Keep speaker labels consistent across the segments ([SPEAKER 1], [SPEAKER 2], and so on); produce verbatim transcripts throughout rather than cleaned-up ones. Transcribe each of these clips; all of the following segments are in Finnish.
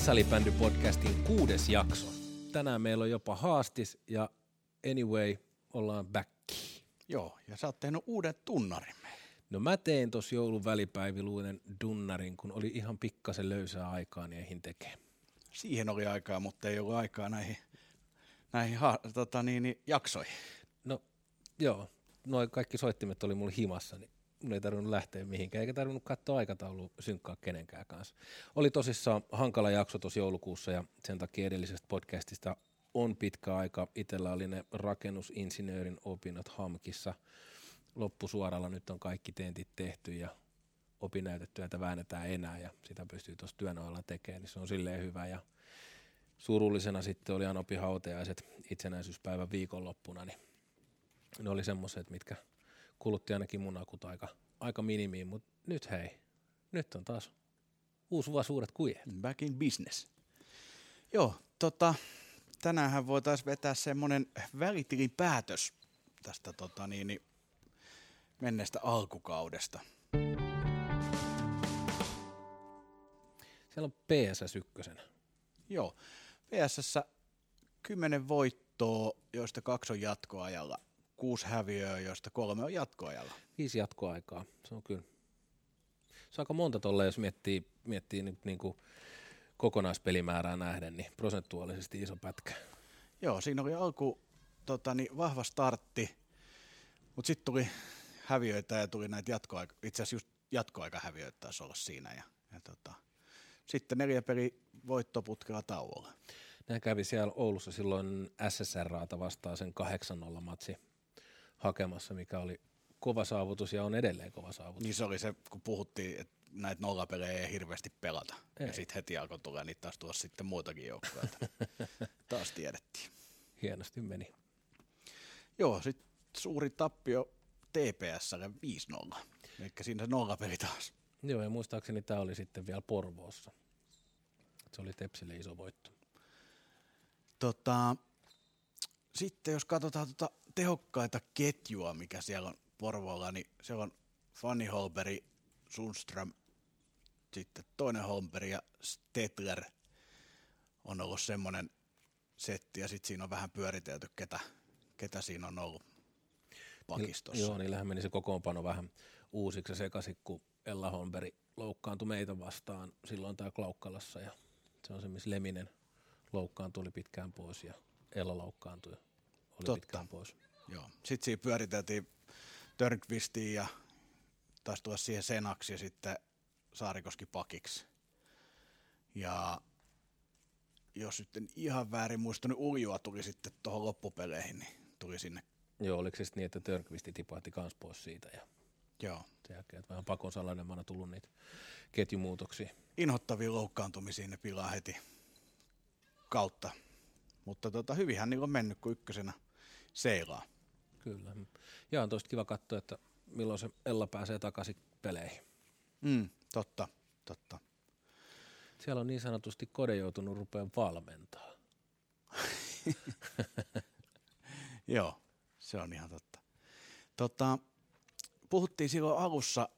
[SPEAKER 1] Salibändy-podcastin kuudes jakso. Tänään meillä on jopa haastis ja anyway, ollaan back.
[SPEAKER 2] Joo, ja sä oot tehnyt uuden tunnarin.
[SPEAKER 1] No mä tein tossa joulun välipäiviluinen dunnarin, kun oli ihan pikkasen löysää aikaa, niin eihin tekee.
[SPEAKER 2] Siihen oli aikaa, mutta ei ollut aikaa näihin, näihin ha, tota niin, niin, jaksoihin.
[SPEAKER 1] No joo, noi kaikki soittimet oli mulla himassa, niin mun ei tarvinnut lähteä mihinkään, eikä tarvinnut katsoa aikataulua synkkaa kenenkään kanssa. Oli tosissaan hankala jakso tuossa joulukuussa ja sen takia edellisestä podcastista on pitkä aika. Itellä oli ne rakennusinsinöörin opinnot Hamkissa. Loppusuoralla nyt on kaikki tentit tehty ja opinnäytetyötä väännetään enää ja sitä pystyy tuossa työn alla tekemään, niin se on silleen hyvä. Ja surullisena sitten oli Anopin hautajaiset itsenäisyyspäivän viikonloppuna, niin ne oli semmoiset, mitkä kulutti ainakin mun akut aika, aika minimiin, mutta nyt hei, nyt on taas uusi vuosi, uudet kujeet.
[SPEAKER 2] Back in business. Joo, tota, tänäänhän voitaisiin vetää semmoinen välitilin päätös tästä tota, niin, niin, menneestä alkukaudesta.
[SPEAKER 1] Siellä on P S S yksi.
[SPEAKER 2] Joo, P S S kymmenen voittoa, joista kaksi on jatkoajalla. Kuusi häviöä, joista kolme on jatkoajalla.
[SPEAKER 1] Viisi jatkoaikaa, se on kyllä. Se on aika monta tolle, jos miettii, miettii nyt niin kuin kokonaispelimäärää nähden, niin prosentuaalisesti iso pätkä.
[SPEAKER 2] Joo, siinä oli alku tota, niin vahva startti, mutta sitten tuli häviöitä ja tuli näitä jatkoaika, itse asiassa just jatkoaikahäviöitä taisi olla siinä. Ja, ja tota, sitten neljä peli voittoputkella tauolla.
[SPEAKER 1] Nämä kävi siellä Oulussa silloin S S R:ta vastaan sen kahdeksan nolla matsi hakemassa, mikä oli kova saavutus ja on edelleen kova saavutus.
[SPEAKER 2] Niin se oli se, kun puhuttiin, että näitä nollapelejä ei hirveästi pelata. Ei. Ja sitten heti alkoi tulla niitä taas tuossa sitten muutakin joukkoilta. Taas tiedettiin.
[SPEAKER 1] Hienosti meni.
[SPEAKER 2] Joo, sitten suuri tappio T P S:lle viisi nolla. Eli siinä se nollapeli taas.
[SPEAKER 1] Joo, ja muistaakseni tämä oli sitten vielä Porvoossa. Se oli Tepsille iso voitto.
[SPEAKER 2] Tota, sitten jos katsotaan tuota tehokkaita ketjua, mikä siellä on Porvoolla, niin siellä on Fanny Holberg, Sundström, sitten toinen Holberg ja Stetler on ollut semmoinen setti, ja sitten siinä on vähän pyöritelty, ketä, ketä siinä on ollut pakistossa.
[SPEAKER 1] Joo, niillähän meni se kokoonpano vähän uusiksi ja sekaisin, kun Ella Holberg loukkaantui meitä vastaan silloin täällä Klaukkalassa, ja se on se, missä Leminen loukkaantui, oli pitkään pois, ja Ella loukkaantui, oli Totta. pitkään pois.
[SPEAKER 2] Joo. Sitten siinä pyöriteltiin Törnqvistiin ja taisi tulla siihen Senaksi ja sitten Saarikoski pakiksi. Ja jos nyt en ihan väärin muista, niin Uljua tuli sitten tuohon loppupeleihin, niin tuli sinne.
[SPEAKER 1] Joo, oliko se sitten niin, että Törnqvisti tipahti kans pois siitä ja
[SPEAKER 2] Joo.
[SPEAKER 1] sen jälkeen, että vähän pakon salainen tullut niitä ketjumuutoksia.
[SPEAKER 2] Inhottavia loukkaantumisia ne pilaa heti kautta. Mutta tota, hyvinhän niillä on mennyt, kun ykkösenä seilaa.
[SPEAKER 1] Kyllä. Ja on toista kiva katsoa, että milloin se Ella pääsee takaisin peleihin.
[SPEAKER 2] Mm, totta, totta.
[SPEAKER 1] Siellä on niin sanotusti Kode joutunut rupeamaan valmentaa.
[SPEAKER 2] Joo, se on ihan totta. Tota, puhuttiin silloin alussa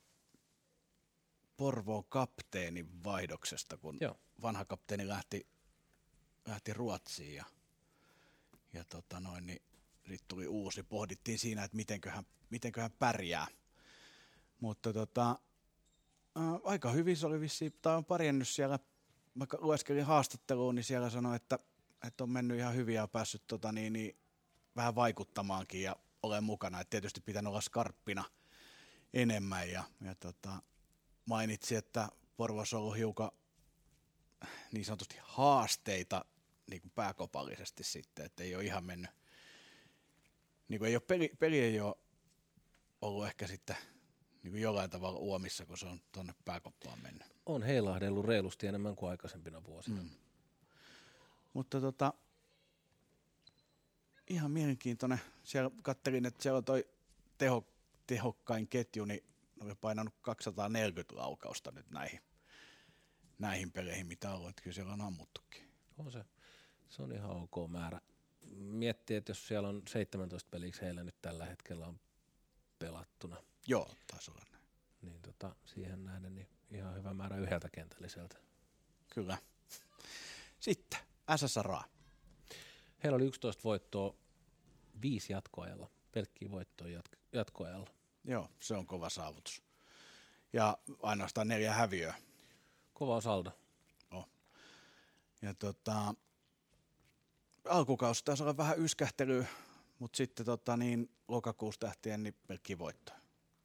[SPEAKER 2] Porvoon kapteenin vaihdoksesta, kun Joo. vanha kapteeni lähti, lähti Ruotsiin ja, ja tota noin, niin sitten tuli uusi. Pohdittiin siinä, että mitenköhän, mitenköhän pärjää. Mutta tota, ää, aika hyvin se oli vissiin, tai on pärjännyt siellä, vaikka lueskelin haastatteluun, niin siellä sanoi, että, että on mennyt ihan hyvin ja päässyt tota, niin, niin, vähän vaikuttamaankin ja olen mukana. Et tietysti pitänyt olla skarppina enemmän ja, ja tota, mainitsi, että Porvoossa on ollut hiukan niin sanotusti haasteita niin kuin pääkopallisesti sitten, että ei ole ihan mennyt, niin kuin ei ole peli, peli ei ole ollut ehkä sitten niin kuin jollain tavalla uomissa, kun se on tuonne pääkoppaan mennyt.
[SPEAKER 1] On heilahdellut reilusti enemmän kuin aikaisempina vuosina. Mm.
[SPEAKER 2] Mutta tota, ihan mielenkiintoinen. Siellä katselin, että siellä on toi teho, tehokkain ketju, niin oli painanut kaksisataaneljäkymmentä laukausta nyt näihin, näihin peleihin, mitä on ollut. Että kyllä siellä on ammuttukin.
[SPEAKER 1] On se. Se on ihan ok määrä. Miettii, että jos siellä on seitsemäntoista peliksi heillä nyt tällä hetkellä on pelattuna.
[SPEAKER 2] Joo, taisi olla näin.
[SPEAKER 1] Niin tota, siihen nähden niin ihan hyvä määrä yhdeltä kentälliseltä.
[SPEAKER 2] Kyllä. Sitten S S R A.
[SPEAKER 1] Heillä oli yksitoista voittoa viisi jatkoajalla, pelkkiä voittoja jatko- jatkoajalla.
[SPEAKER 2] Joo, se on kova saavutus. Ja ainoastaan neljä häviöä.
[SPEAKER 1] Kova saldo.
[SPEAKER 2] Oh. Ja tota, alkukausi taisi olla vähän yskähtelyä, mutta sitten tota, niin, lokakuusta lähtien niin pelkkiä voittoja.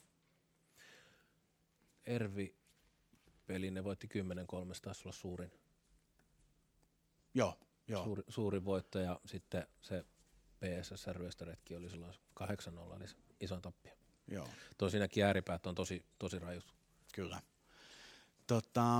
[SPEAKER 1] Ervi-peli, ne voitti kymmenen kolme, taisi olla suurin,
[SPEAKER 2] Joo, joo.
[SPEAKER 1] suuri, suurin voitto, ja sitten se P S S-ryöstöretki oli silloin kahdeksan nolla, eli iso tappio.
[SPEAKER 2] Joo.
[SPEAKER 1] Tosinäkin ääripäät on tosi, tosi rajut.
[SPEAKER 2] Kyllä. Tota,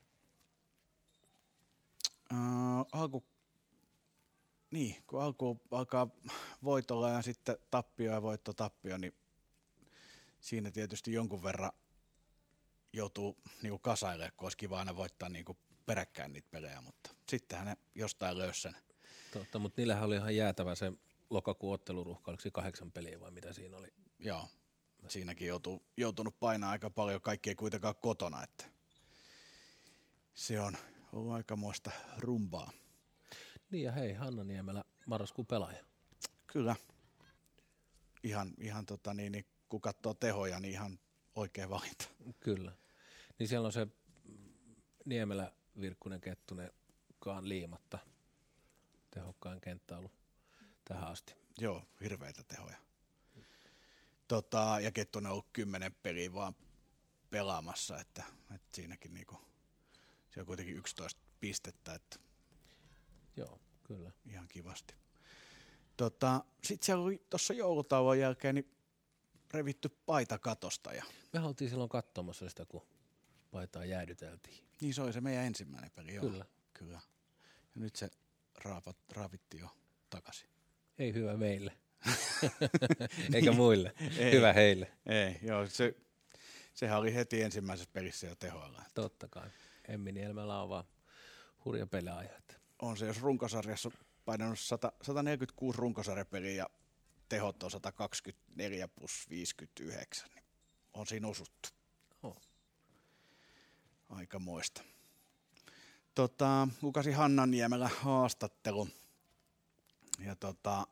[SPEAKER 2] äh, alku, niin, kun alku alkaa voitolla ja sitten tappio ja voitto tappio, niin siinä tietysti jonkun verran joutuu niinku kasailemaan, kun olisi kiva aina voittaa niinku peräkkäin niitä pelejä, mutta sittenhän ne jostain löysi sen.
[SPEAKER 1] Totta, mutta niillähän oli ihan jäätävä se lokakuun otteluruhka, oliko se kahdeksan peliä vai mitä siinä oli?
[SPEAKER 2] Joo, siinäkin joutuu, joutunut painaa aika paljon, kaikki ei kuitenkaan kotona, että se on ollut aikamoista rumbaa.
[SPEAKER 1] Niin ja hei, Hanna Niemelä, marraskuun pelaaja.
[SPEAKER 2] Kyllä. Ihan, ihan tota niin, niin, kun katsoo tehoja, niin ihan oikea valinta.
[SPEAKER 1] Kyllä. Niin siellä on se Niemelä, Virkkunen, Kettunen, kaan liimatta. Tehokkain kenttä ollut tähän asti.
[SPEAKER 2] Joo, hirveitä tehoja. Tota, ja Kettunen on ollut kymmenen peliä vaan pelaamassa, että, että siinäkin niinku, se on kuitenkin yksitoista pistettä, että
[SPEAKER 1] joo, kyllä.
[SPEAKER 2] Ihan kivasti. Tota, sitten siellä oli tuossa joulutauon jälkeen niin revitty paita katosta. Ja
[SPEAKER 1] me oltiin silloin katsomassa sitä, kun paitaa jäädyteltiin.
[SPEAKER 2] Niin se oli se meidän ensimmäinen peli, joo.
[SPEAKER 1] Kyllä.
[SPEAKER 2] Kyllä. Ja nyt se raapat, raavittiin jo takaisin.
[SPEAKER 1] Ei hyvä meille. Eikä muille. Ei. Hyvä heille.
[SPEAKER 2] Ei, joo. Se, sehän oli heti ensimmäisessä pelissä jo tehoilla.
[SPEAKER 1] Totta kai. Emmi Nielmällä on vaan hurja pelaaja.
[SPEAKER 2] On se, jos runkosarjassa on painanut sata, sata neljäkymmentäkuusi runkosarjapeliä ja tehot on sata kaksikymmentäneljä plus viisikymmentäyhdeksän, niin on siinä osuttu.
[SPEAKER 1] Oh.
[SPEAKER 2] Aikamoista. Tota, lukasi Hanna Niemelä haastattelu ja tota,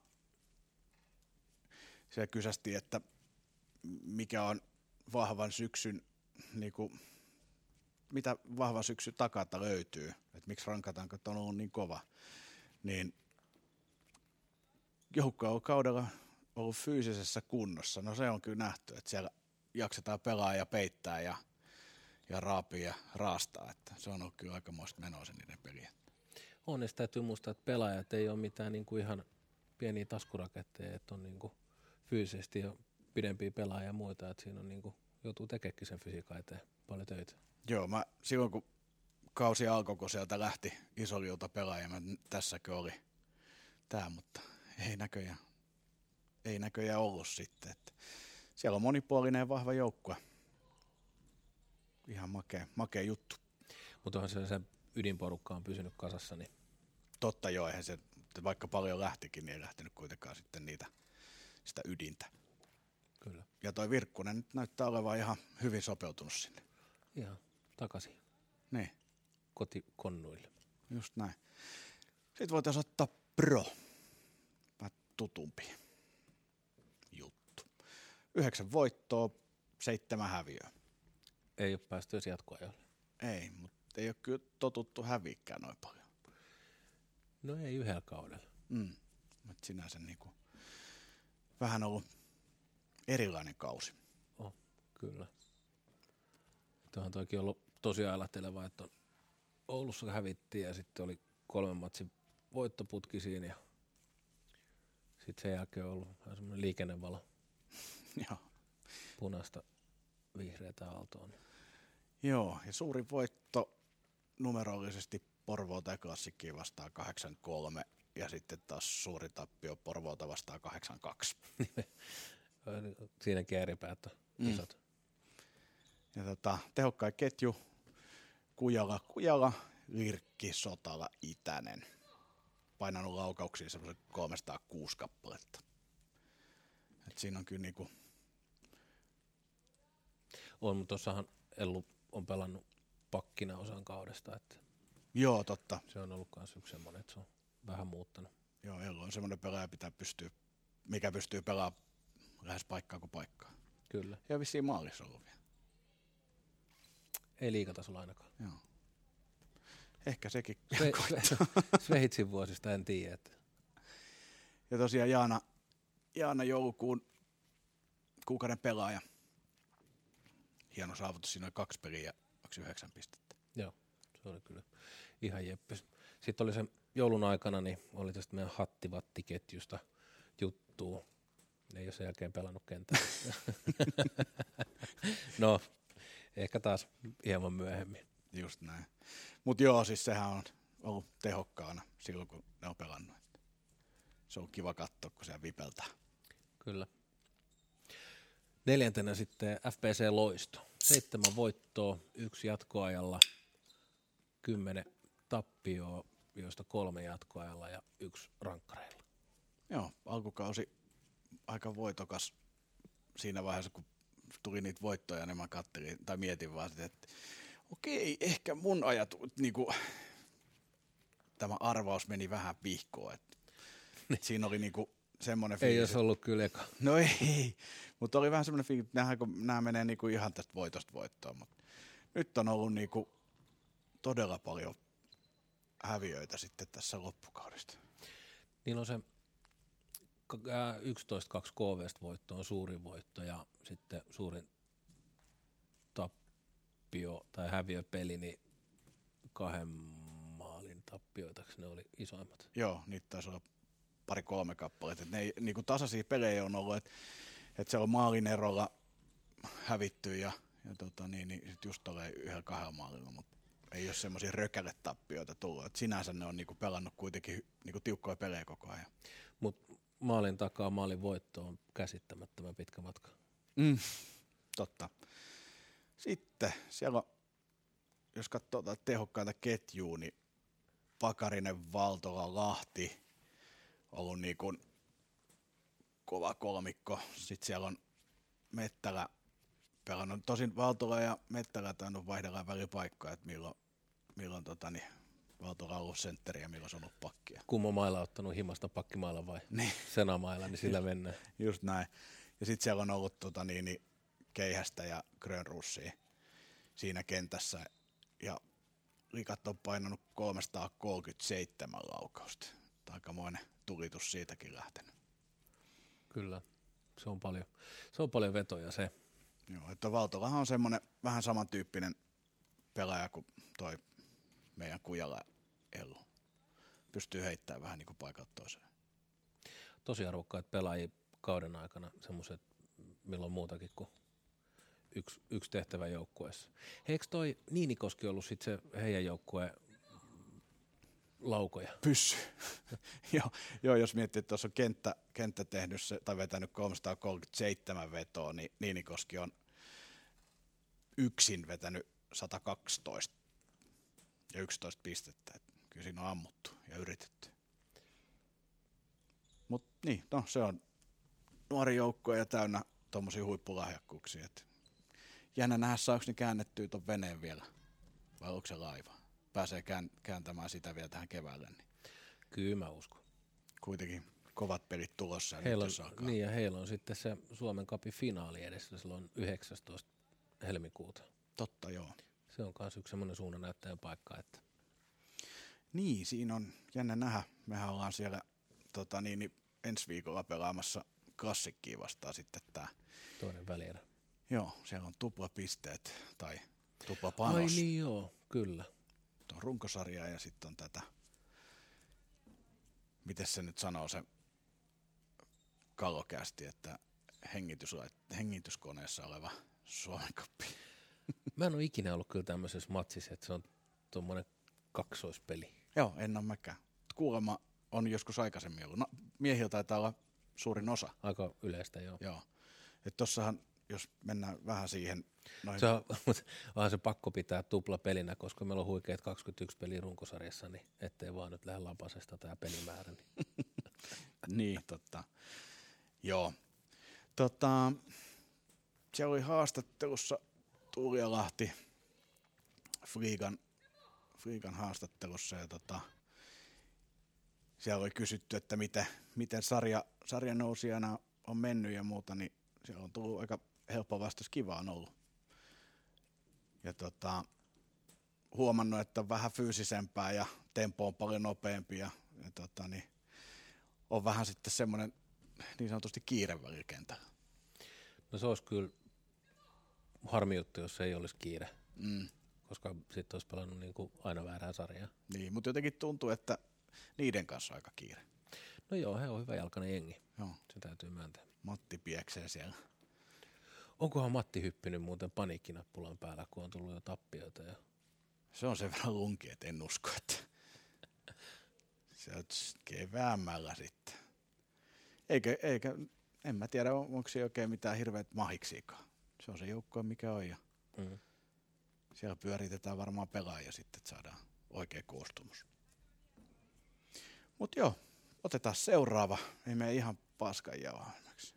[SPEAKER 2] siellä kysästiin, että mikä on vahvan syksyn, niinku, mitä vahvan syksyn takalta löytyy, että miksi rankataanko, että on ollut niin kova, niin joukko on kaudella ollut fyysisessä kunnossa, no se on kyllä nähty, että siellä jaksetaan pelaa ja peittää ja, ja raapia ja raastaa, että se on ollut kyllä aikamoista menoa se niiden peliä.
[SPEAKER 1] Onneksi täytyy muistaa, että pelaajat ei ole mitään niin kuin ihan pieniä taskuraketteja, että on niin kuin fyysisesti jo pidempiä pelaajia ja muita, että siinä on niin kuin, joutuu tekeekin sen fysiikan eteen paljon töitä.
[SPEAKER 2] Joo, mä silloin kun kausi alkoi, kun sieltä lähti Isoliulta pelaaja, mä tässäkö oli tää, mutta ei näköjään, ei näköjään ollut sitten. Että siellä on monipuolinen ja vahva joukkue. Ihan makea, makea juttu.
[SPEAKER 1] Mutta onhan se, se ydinporukka on pysynyt kasassa. Niin
[SPEAKER 2] totta joo, eihän se, vaikka paljon lähtikin, niin ei lähtenyt kuitenkaan sitten niitä, sitä ydintä.
[SPEAKER 1] Kyllä.
[SPEAKER 2] Ja toi Virkkunen nyt näyttää olevan ihan hyvin sopeutunut sinne.
[SPEAKER 1] Ihan takaisin.
[SPEAKER 2] Niin.
[SPEAKER 1] Kotikonnuille.
[SPEAKER 2] Just näin. Sitten voitaisiin ottaa pro. Vähän tutumpi juttu. Yhdeksän voittoa, seitsemän häviöä.
[SPEAKER 1] Ei ole päästy edes jatkoajalle.
[SPEAKER 2] Ei, mutta ei ole kyllä totuttu häviikään noin paljon.
[SPEAKER 1] No ei yhdellä kaudella.
[SPEAKER 2] Mm. Mutta sinänsä niinku vähän ollut erilainen kausi.
[SPEAKER 1] Oh, kyllä. Tuohan toikin ollut tosi ajatteleva, että on Oulussa hävittiin ja sitten oli kolmen matsin voittoputki siinä ja sitten sen jälkeen on ollut vähän semmoinen liikennevalo.
[SPEAKER 2] Joo.
[SPEAKER 1] Punaista vihreätä aaltoon.
[SPEAKER 2] Joo, ja suuri voitto numerollisesti Porvoota ja Klassikkiin vastaan kahdeksan kolme ja sitten taas suuri tappio Porvoota vastaan kahdeksan kaksi.
[SPEAKER 1] Siinäkin ääripäät on isot.
[SPEAKER 2] Mm. Ja tota, tehokkain ketju, Kujala, Kujala, Lirkki, Sotala, Itänen. Painanut laukauksiin semmoisen kolmesataakuusi kappaletta. Et siinä on kyllä niinku...
[SPEAKER 1] On, mutta tuossahan Ellu on pelannut pakkina osan kaudesta, että
[SPEAKER 2] Joo, totta.
[SPEAKER 1] Se on ollut myös yksi semmoinen, että se on vähän muuttanut.
[SPEAKER 2] Joo, Ello on semmoinen pelaaja, pitää pystyy, mikä pystyy pelaamaan lähes paikkaa kuin paikkaa.
[SPEAKER 1] Kyllä.
[SPEAKER 2] Ja vissiin maalissa ollut vielä.
[SPEAKER 1] Ei liigatasolla ainakaan.
[SPEAKER 2] Joo. Ehkä sekin
[SPEAKER 1] Sve, Sveitsin vuosista en tiedä. Että.
[SPEAKER 2] Ja tosiaan Jaana, Jaana joulukuun kuukauden pelaaja. Hieno saavutus, siinä oli kaksi peliä ja yhdeksän pistettä.
[SPEAKER 1] Joo, se oli kyllä ihan jeppis. Sitten oli se joulun aikana, niin oli tästä meidän hattivattiketjusta juttua. Ei ole sen jälkeen pelannut kentällä. No, ehkä taas hieman myöhemmin.
[SPEAKER 2] Just näin. Mutta joo, siis sehän on ollut tehokkaana silloin, kun ne on pelannut. Se on kiva katsoa, kun se vipeltää.
[SPEAKER 1] Kyllä. Neljäntenä sitten F P C Loisto. Seitsemän voittoa, yksi jatkoajalla, kymmenen tappioa, joista kolme jatkoajalla ja yksi rankkareilla.
[SPEAKER 2] Joo, alkukausi aika voitokas siinä vaiheessa, kun tuli niitä voittoja, niin mä kattelin tai mietin vaan sitä, että okei, ehkä mun ajatu, niin kuin, tämä arvaus meni vähän vihkoon. Että, että siinä oli niin kuin semmoinen fiilis.
[SPEAKER 1] Ei olisi ollut kyllä eka.
[SPEAKER 2] No ei, mutta oli vähän semmoinen fiilis, että nämä menee niin kuin ihan tästä voitosta voittoon. Mutta nyt on ollut niin kuin todella paljon häviöitä sitten tässä loppukaudesta.
[SPEAKER 1] Niillä on se yksitoista kaksi K V:stä voitto on suurin voitto ja sitten suurin tappio tai häviöpeli, niin kahden maalin tappioitaksi ne oli isoimmat.
[SPEAKER 2] Joo, niitä taisi olla pari kolme kappaletta. Ne ei, niin kuin tasaisia pelejä on ollut, että, että se on maalin erolla hävitty ja, ja tota, niin, niin sit just tulee yhdellä kahdella maalilla, mutta ei ole semmoisia rökäletappioita tullut. Et sinänsä ne on niinku pelannut kuitenkin niinku tiukkoja pelejä koko ajan.
[SPEAKER 1] Mutta maalin takaa maalin voitto on käsittämättömän pitkä matka.
[SPEAKER 2] Mm, totta. Sitten siellä on, jos katsoo tehokkaita ketjua, niin Pakarinen, Valtola, Lahti ollut niinku kova kolmikko. Sitten siellä on Mettälä pelannut. Tosin Valtola ja Mettälä tainnut vaihdella välipaikkaa, että milloin, milloin tota, niin, Valtola on ollut sentteri ja milloin se on ollut pakkia.
[SPEAKER 1] Kummo mailla on ottanut himasta pakkimailla vai
[SPEAKER 2] niin.
[SPEAKER 1] Senamailla, niin sillä mennään.
[SPEAKER 2] Just näin. Ja sitten siellä on ollut tota, niin, niin, Keihästä ja Grönrussia siinä kentässä. Ja likat on painanut kolmesataakolmekymmentäseitsemän laukausta. Aikamoinen tulitus siitäkin lähtenyt.
[SPEAKER 1] Kyllä, se on paljon, se on paljon vetoja se.
[SPEAKER 2] Joo, että Valtolahan on semmoinen vähän samantyyppinen pelaaja kuin toi meidän Kujala Ellu. Pystyy heittämään vähän niin kuin paikalta toiseen.
[SPEAKER 1] Tosi arvokkaat pelaajia kauden aikana, semmoiset milloin muutakin kuin yksi, yksi tehtävä joukkueessa. Eikö toi Niinikoski ollut sitten se heidän joukkueen laukoja?
[SPEAKER 2] Pyssy. joo, joo, jos miettii, että tuossa on kenttä, kenttä tehnyt se, tai vetänyt kolmesataakolmekymmentäseitsemän vetoa, niin Niinikoski on yksin vetänyt sata kaksitoista ja yksitoista pistettä. Et kyllä siinä on ammuttu ja yritetty. Mutta niin, no se on nuori joukkue ja täynnä tuommoisia huippulahjakkuuksia. Et jännä nähdä, saako ne käännettyä ton veneen vielä, vai onko se laiva? Pääsee kääntämään sitä vielä tähän keväälle. Niin.
[SPEAKER 1] Kyllä mä uskon.
[SPEAKER 2] Kuitenkin kovat pelit tulossa. Ja
[SPEAKER 1] heillä on, niin ja heillä on sitten se Suomen Cupin finaali edessä silloin yhdeksästoista helmikuuta.
[SPEAKER 2] Totta, joo.
[SPEAKER 1] Se on myös yksi semmoinen suunnannäyttäjän paikka. Että.
[SPEAKER 2] Niin, siinä on jännä nähdä. Mehän ollaan siellä tota, niin, niin, ensi viikolla pelaamassa klassikkiä vastaan sitten tämä.
[SPEAKER 1] Toinen välierä.
[SPEAKER 2] Joo, siellä on tuplapisteet tai tuplapanos.
[SPEAKER 1] Ai niin joo, kyllä.
[SPEAKER 2] On runkosarja ja sitten on tätä, miten se nyt sanoo se kallokästi, että hengitys, hengityskoneessa oleva Suomen Cup.
[SPEAKER 1] Mä en ole ikinä ollut kyllä tämmöisessä matsissa, että se on tuommoinen kaksoispeli.
[SPEAKER 2] Joo, en ole mäkään. Kuulemma on joskus aikaisemmin ollut. No, miehillä taitaa olla suurin osa.
[SPEAKER 1] Aika yleistä, joo.
[SPEAKER 2] Joo. Että tossahan, jos mennään vähän siihen. Noihin...
[SPEAKER 1] Se on, onhan se pakko pitää tuplapelinä, koska meillä on huikeat kaksikymmentäyksi peliä runkosarjassa, niin ettei vaan nyt lähde lapasesta tämä pelimäärä. Niin,
[SPEAKER 2] niin totta. Joo. Tota, siellä oli haastattelussa Tuuli Lahti, Friigan, Friikan haastattelussa ja tota, siellä oli kysytty, että miten, miten sarja, sarjan nousijana on mennyt ja muuta, niin siellä on tullut aika helppo vastaus, kiva on ollut. Ja tota, huomannut, että on vähän fyysisempää ja tempo on paljon nopeampi ja, ja tota, niin on vähän sitten semmoinen niin sanotusti kiire välillä kentällä.
[SPEAKER 1] No se olisi kyllä harmi juttu, jos ei olisi kiire,
[SPEAKER 2] Mm.
[SPEAKER 1] koska sitten olisi pelannut niin kuin aina väärää sarjaa.
[SPEAKER 2] Niin, mutta jotenkin tuntuu, että niiden kanssa on aika kiire.
[SPEAKER 1] No joo, he on hyvä jalkainen jengi,
[SPEAKER 2] Joo.
[SPEAKER 1] se täytyy myöntää.
[SPEAKER 2] Matti pieksee siellä.
[SPEAKER 1] Onkohan Matti hyppinyt muuten paniikkinappulan päällä, kun on tullut jo tappioita? Ja...
[SPEAKER 2] Se on sen verran lunki, että en usko, että se on keväämällä sitten. Eikä, eikä, en mä tiedä, onko se oikein mitään hirveät mahiksiikaan. Se on se joukkue, mikä on. Ja
[SPEAKER 1] mm.
[SPEAKER 2] Siellä pyöritetään varmaan pelaajia sitten, että saadaan oikea koostumus. Mut joo, otetaan seuraava. Ei mene ihan paskan jauhaimmaksi.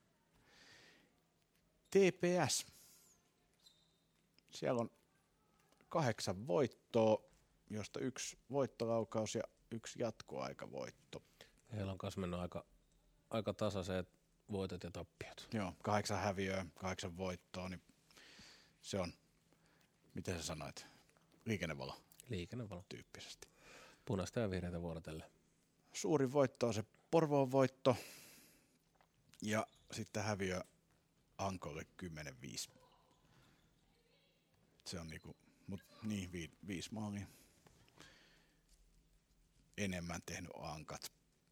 [SPEAKER 2] T P S. Siellä on kahdeksan voittoa, josta yksi voittolaukaus ja yksi jatkoaikavoitto.
[SPEAKER 1] Heillä on myös mennyt aika, aika tasaiset voitot ja tappiot.
[SPEAKER 2] Joo, kahdeksan häviöä, kahdeksan voittoa, niin se on, miten sä sanoit, liikennevalo.
[SPEAKER 1] Liikennevalo.
[SPEAKER 2] Tyyppisesti.
[SPEAKER 1] Punaista ja vihreitä vuorotelle.
[SPEAKER 2] Suurin voitto on se Porvoon voitto ja sitten häviö Ankolle kymmenen viisi. Se on niinku, mut niin vi, viisi maalia. Enemmän tehnyt Ankat.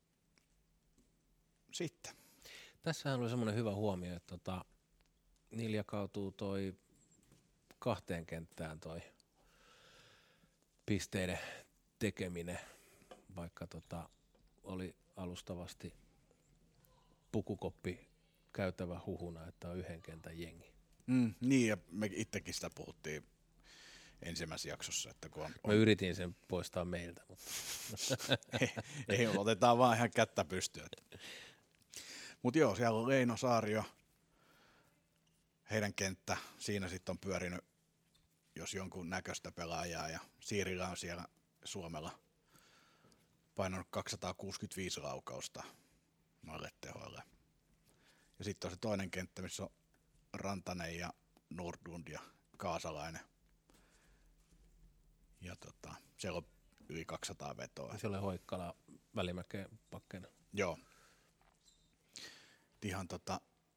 [SPEAKER 2] Sitten.
[SPEAKER 1] Tässähän oli semmoinen hyvä huomio, että tota, niillä jakautuu toi kahteen kenttään toi pisteiden tekeminen, vaikka tota, oli alustavasti pukukoppi käytävä huhuna, että on yhden kentän jengi.
[SPEAKER 2] Mm, niin, ja me itsekin sitä puhuttiin ensimmäisessä jaksossa. Että kun on, on...
[SPEAKER 1] Mä yritin sen poistaa meiltä, mutta...
[SPEAKER 2] ei, ei, otetaan vaan ihan kättä pystyä. Mutta joo, siellä on Leino Saario, heidän kenttä, siinä sitten on pyörinyt, jos jonkun näköistä pelaajaa, ja Siirilä on siellä Suomella painanut kaksisataakuusikymmentäviisi laukausta noille tehoille. Ja sitten on se toinen kenttä, missä on Rantanen ja Nordlund ja Kaasalainen. Ja tota, siellä on yli kaksisataa vetoa.
[SPEAKER 1] Siellä on Hoikkala Välimäkeen pakkeena.
[SPEAKER 2] Joo. Ihan, tota,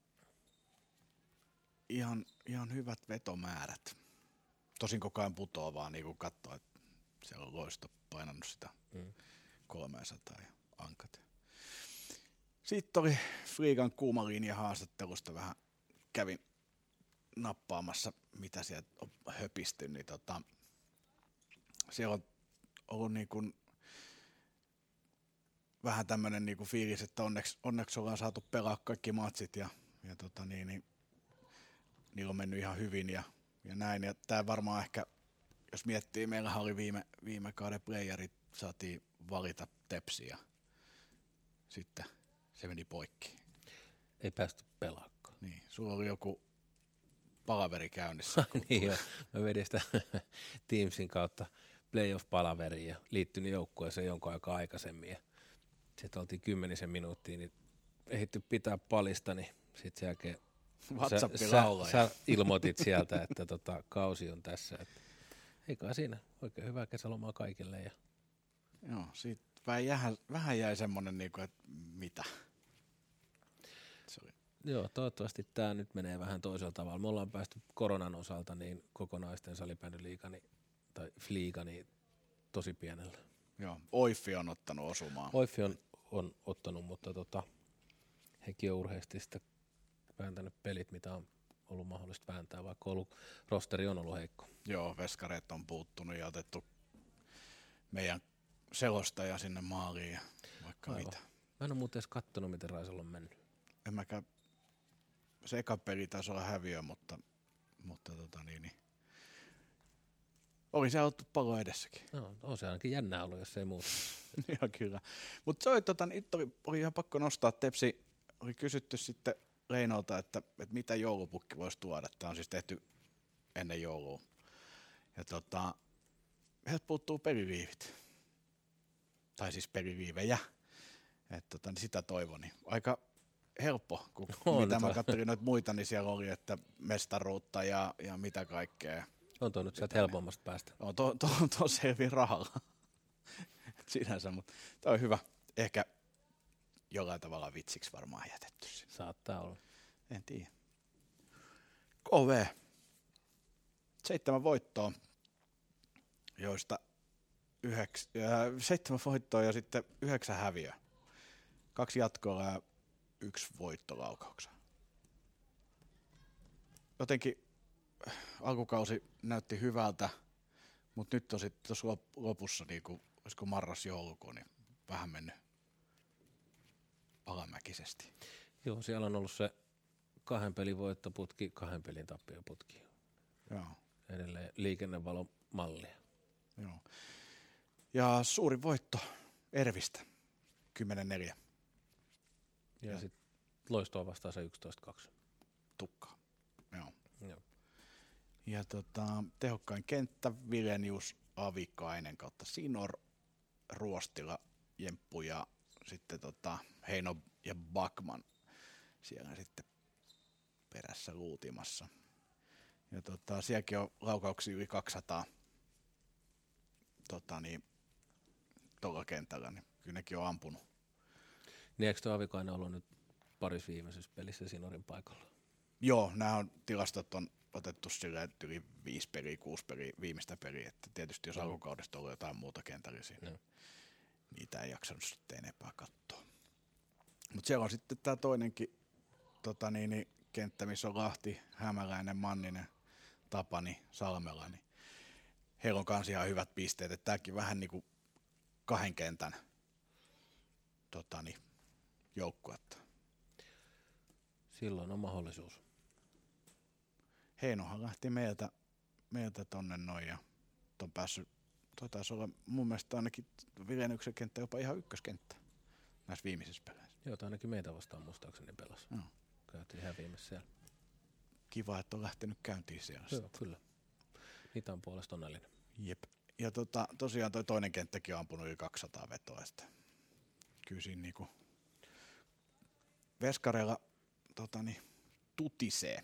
[SPEAKER 2] ihan, ihan hyvät vetomäärät. Tosin koko ajan putoaa vaan niin kuin katsoo, että siellä on Loisto painanut sitä mm. kolmesataa ja Ankat. Sitten oli Friikan kuuma linja haastattelusta vähän kävin nappaamassa, mitä sieltä on höpisty, niin tota, siellä on ollut niin kuin vähän tämmöinen niin kuin fiilis, että onneksi, onneksi ollaan saatu pelaa kaikki matsit ja, ja tota niin, niin, niillä on mennyt ihan hyvin ja, ja näin. Ja tää varmaan ehkä, jos miettii, meillähän oli viime, viime kauden playerit, saatiin valita Tepsi ja sitten se meni poikki.
[SPEAKER 1] Ei päästy pelaakaan.
[SPEAKER 2] Niin, sulla oli joku palaveri käynnissä.
[SPEAKER 1] Niin joo, mä vedin sitä Teamsin kautta playoff-palaveriin ja liittynyt joukkueeseen jonkun aikaa aikaisemmin. Ja sitten oltiin kymmenisen minuuttia, niin ehditty pitää palista, niin sitten sen jälkeen sä, sä, sä ilmoitit sieltä, että tota, kausi on tässä. Että eikä siinä, oikein hyvää kesälomaa kaikille. Ja...
[SPEAKER 2] Joo, siitä vähän, vähän jäi semmoinen, niin kuin, että mitä? Sorry.
[SPEAKER 1] Joo, toivottavasti tämä nyt menee vähän toisella tavalla. Me ollaan päästy koronan osalta niin kokonaisten salibändyliiga niin, tai Fliiga niin tosi pienellä.
[SPEAKER 2] Joo, Oiffi on ottanut osumaan.
[SPEAKER 1] Oiffi on, on ottanut, mutta tota, hekin on urheasti sitten vääntänyt pelit, mitä on ollut mahdollista vääntää, vaikka ollut, rosteri on ollut heikko.
[SPEAKER 2] Joo, veskareet on puuttunut ja otettu meidän selostaja sinne maaliin ja vaikka Aivan. mitä.
[SPEAKER 1] Mä en ole muuten edes kattonut, miten Raisalla on mennyt.
[SPEAKER 2] En mäkään, se eka peli taisi olla häviö, mutta, mutta tota niin, niin. Oli se oltu pallo edessäkin.
[SPEAKER 1] No, on se ainakin jännää ollut, jos ei muuta.
[SPEAKER 2] Joo, kyllä. Mutta se oli, tota, niin, oli, oli ihan pakko nostaa. Tepsi oli kysytty sitten Leinolta, että, että mitä joulupukki voisi tuoda. Tämä on siis tehty ennen joulua. Ja tota, heiltä puuttuu peliriivit. Tai siis peliriivejä. Että tota, niin sitä toivon. Niin aika helppo, kun on, mitä mä katselin noita muita, niin siellä oli, että mestaruutta ja, ja mitä kaikkea.
[SPEAKER 1] On tuo nyt sieltä helpommasta päästä.
[SPEAKER 2] On tuo to, to, to selviä rahalla. Sinänsä, mutta tämä on hyvä. Ehkä jollain tavalla vitsiksi varmaan jätetty.
[SPEAKER 1] Saattaa olla.
[SPEAKER 2] En tiedä. K V. Seitsemän voittoa, joista yhdeksä, äh, seitsemän voittoa ja sitten yhdeksän häviöä. Kaksi jatkoa ja yksi voitto laukaukseen. Jotenkin alkukausi näytti hyvältä, mutta nyt on sitten tuossa lopussa, niin kuin, olisiko marras-joulukuun, niin vähän mennyt alamäkisesti.
[SPEAKER 1] Joo, siellä on ollut se kahden pelin voittoputki, kahden pelin tappioputki.
[SPEAKER 2] Joo.
[SPEAKER 1] Edelleen liikennevalomallia.
[SPEAKER 2] Joo. Ja suuri voitto Ervistä, kymmenen neljä.
[SPEAKER 1] Ja, ja sitten Loistoa vastaan se yksitoista kaksi.
[SPEAKER 2] Tukkaa. Joo.
[SPEAKER 1] Joo.
[SPEAKER 2] Ja tota, tehokkain kenttä Vilenius, Avikainen kautta Sinor, Ruostila, Jemppu ja sitten tota, Heino ja Backman siellä sitten perässä luutimassa. Ja tota, sielläkin on laukauksia yli kaksisataa tota, niin, tuolla kentällä, niin kyllä nekin on ampunut.
[SPEAKER 1] Niin eikö tuo Avikainen ollut nyt parissa viimeisessä pelissä Sinorin paikalla?
[SPEAKER 2] Joo, nämä on, tilastot on otettu silleen, että yli viisi peliä, kuusi peliä, viimeistä peliä, että tietysti jos no. alkukaudesta on ollut jotain muuta kentällisiä, no. niitä ei jaksanut sitten enempää katsoa. Mutta siellä on sitten tämä toinenkin tota niin, niin, kenttä, missä on Lahti, Hämäläinen, Manninen, Tapani, Salmela, niin heillä on kans ihan hyvät pisteet, että tämäkin vähän niin kuin kahden kentän tota niin, joukkuetta.
[SPEAKER 1] Silloin on mahdollisuus.
[SPEAKER 2] Heinohan lähti meiltä, meiltä tonne noin ja on päässyt, toi taisi olla mun mielestä ainakin Vilenyksen kenttä jopa ihan ykköskenttä näissä viimeisissä peleissä.
[SPEAKER 1] Joo, tai ainakin meitä vastaan muistaakseni pelasi.
[SPEAKER 2] No.
[SPEAKER 1] Käytiin häviämässä siellä.
[SPEAKER 2] Kiva, että on lähtenyt käyntiin siellä.
[SPEAKER 1] Joo, kyllä. Niitä on puolesta onnellinen.
[SPEAKER 2] Jep. Ja tota, tosiaan toi toinen kenttäkin on ampunut yli kaksisataa vetoa. Kyllä siinä niinku veskareilla totani, tutisee.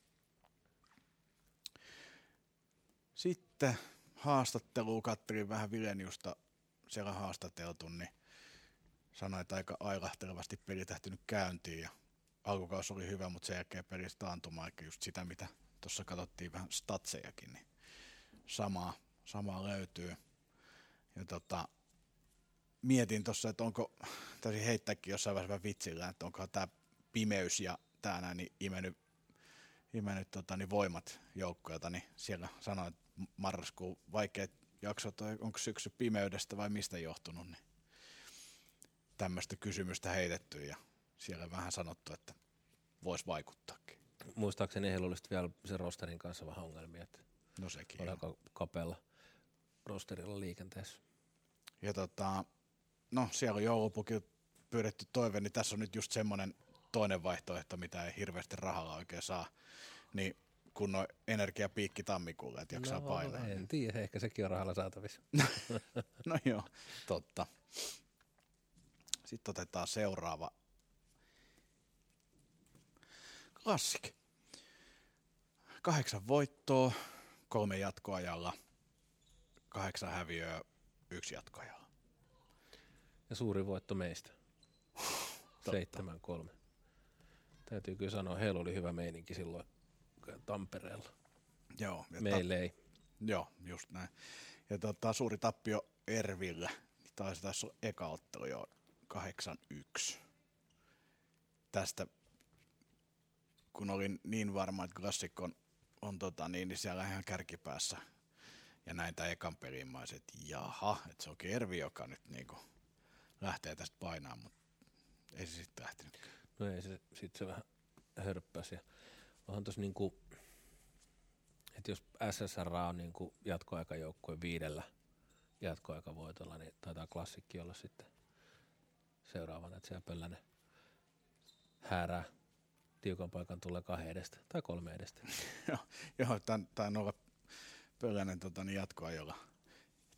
[SPEAKER 2] Sitten haastattelua katselin vähän Vileniusta siellä haastateltu, niin sanoi, että aika ailahtelevasti peli tähtynyt käyntiin ja alkukausi oli hyvä, mutta sen jälkeen pelistä taantumaan, eikä just sitä, mitä tuossa katsottiin vähän statsejakin, niin samaa, samaa löytyy. Ja tota, mietin tuossa, että onko, taisin heittääkin jossain vaiheessa vitsillä, että onko tämä pimeys ja tämä näin niin imennyt, imennyt tota, niin voimat joukkoilta, niin siellä sanoi, että marraskuun vaikeat jaksot, onko syksy pimeydestä vai mistä johtunut, niin tämmöistä kysymystä heitetty ja siellä vähän sanottu, että voisi vaikuttaakin.
[SPEAKER 1] Muistaakseni heillä olisi vielä sen rosterin kanssa vähän ongelmia, että
[SPEAKER 2] no sekin
[SPEAKER 1] on aika kapealla rosterilla liikenteessä.
[SPEAKER 2] Ja tota, no siellä on joulupukilla pyydetty toive, niin tässä on nyt just semmoinen toinen vaihtoehto, mitä ei hirveästi rahalla oikein saa, niin kun on energiapiikki tammikuulle, että jaksaa
[SPEAKER 1] no,
[SPEAKER 2] painaa.
[SPEAKER 1] En tiedä, ehkä sekin on rahalla saatavissa.
[SPEAKER 2] No joo, totta. Sitten otetaan seuraava. Klassik. Kahdeksan voittoa, kolme jatkoajalla, kahdeksan häviöä, yksi jatkoajalla.
[SPEAKER 1] Ja suuri voitto meistä. seitsemän kolme. Täytyy kyllä sanoa, heillä oli hyvä meininki silloin Tampereella.
[SPEAKER 2] Joo.
[SPEAKER 1] Meille
[SPEAKER 2] ta-
[SPEAKER 1] ei.
[SPEAKER 2] Joo, just näin. Ja tota, suuri tappio Erville. Taisi tässä olla eka ottelu jo kahdeksan yksi. Tästä, kun olin niin varma, että Classic on, on tota, niin, niin siellä ihan kärkipäässä. Ja näin tämän ekan pelin mä olisin, että jaha, että se onkin Ervi, joka nyt niinku lähtee tästä painaa, mutta ei se sitten lähtenyt.
[SPEAKER 1] No ei se, sit se vähän hörppäsi. Onhan tossa niinku, että jos S S R on niinku jatkoaikajoukkojen viidellä jatkoaikavoitolla, niin taitaa Klassikki olla sitten seuraavana, että siellä Pöllänen häärää tiukan paikan tulee kahden edestä tai kolme edestä.
[SPEAKER 2] Joo, tämän, tämän olla Pöllänen tota, niin jatkoajolla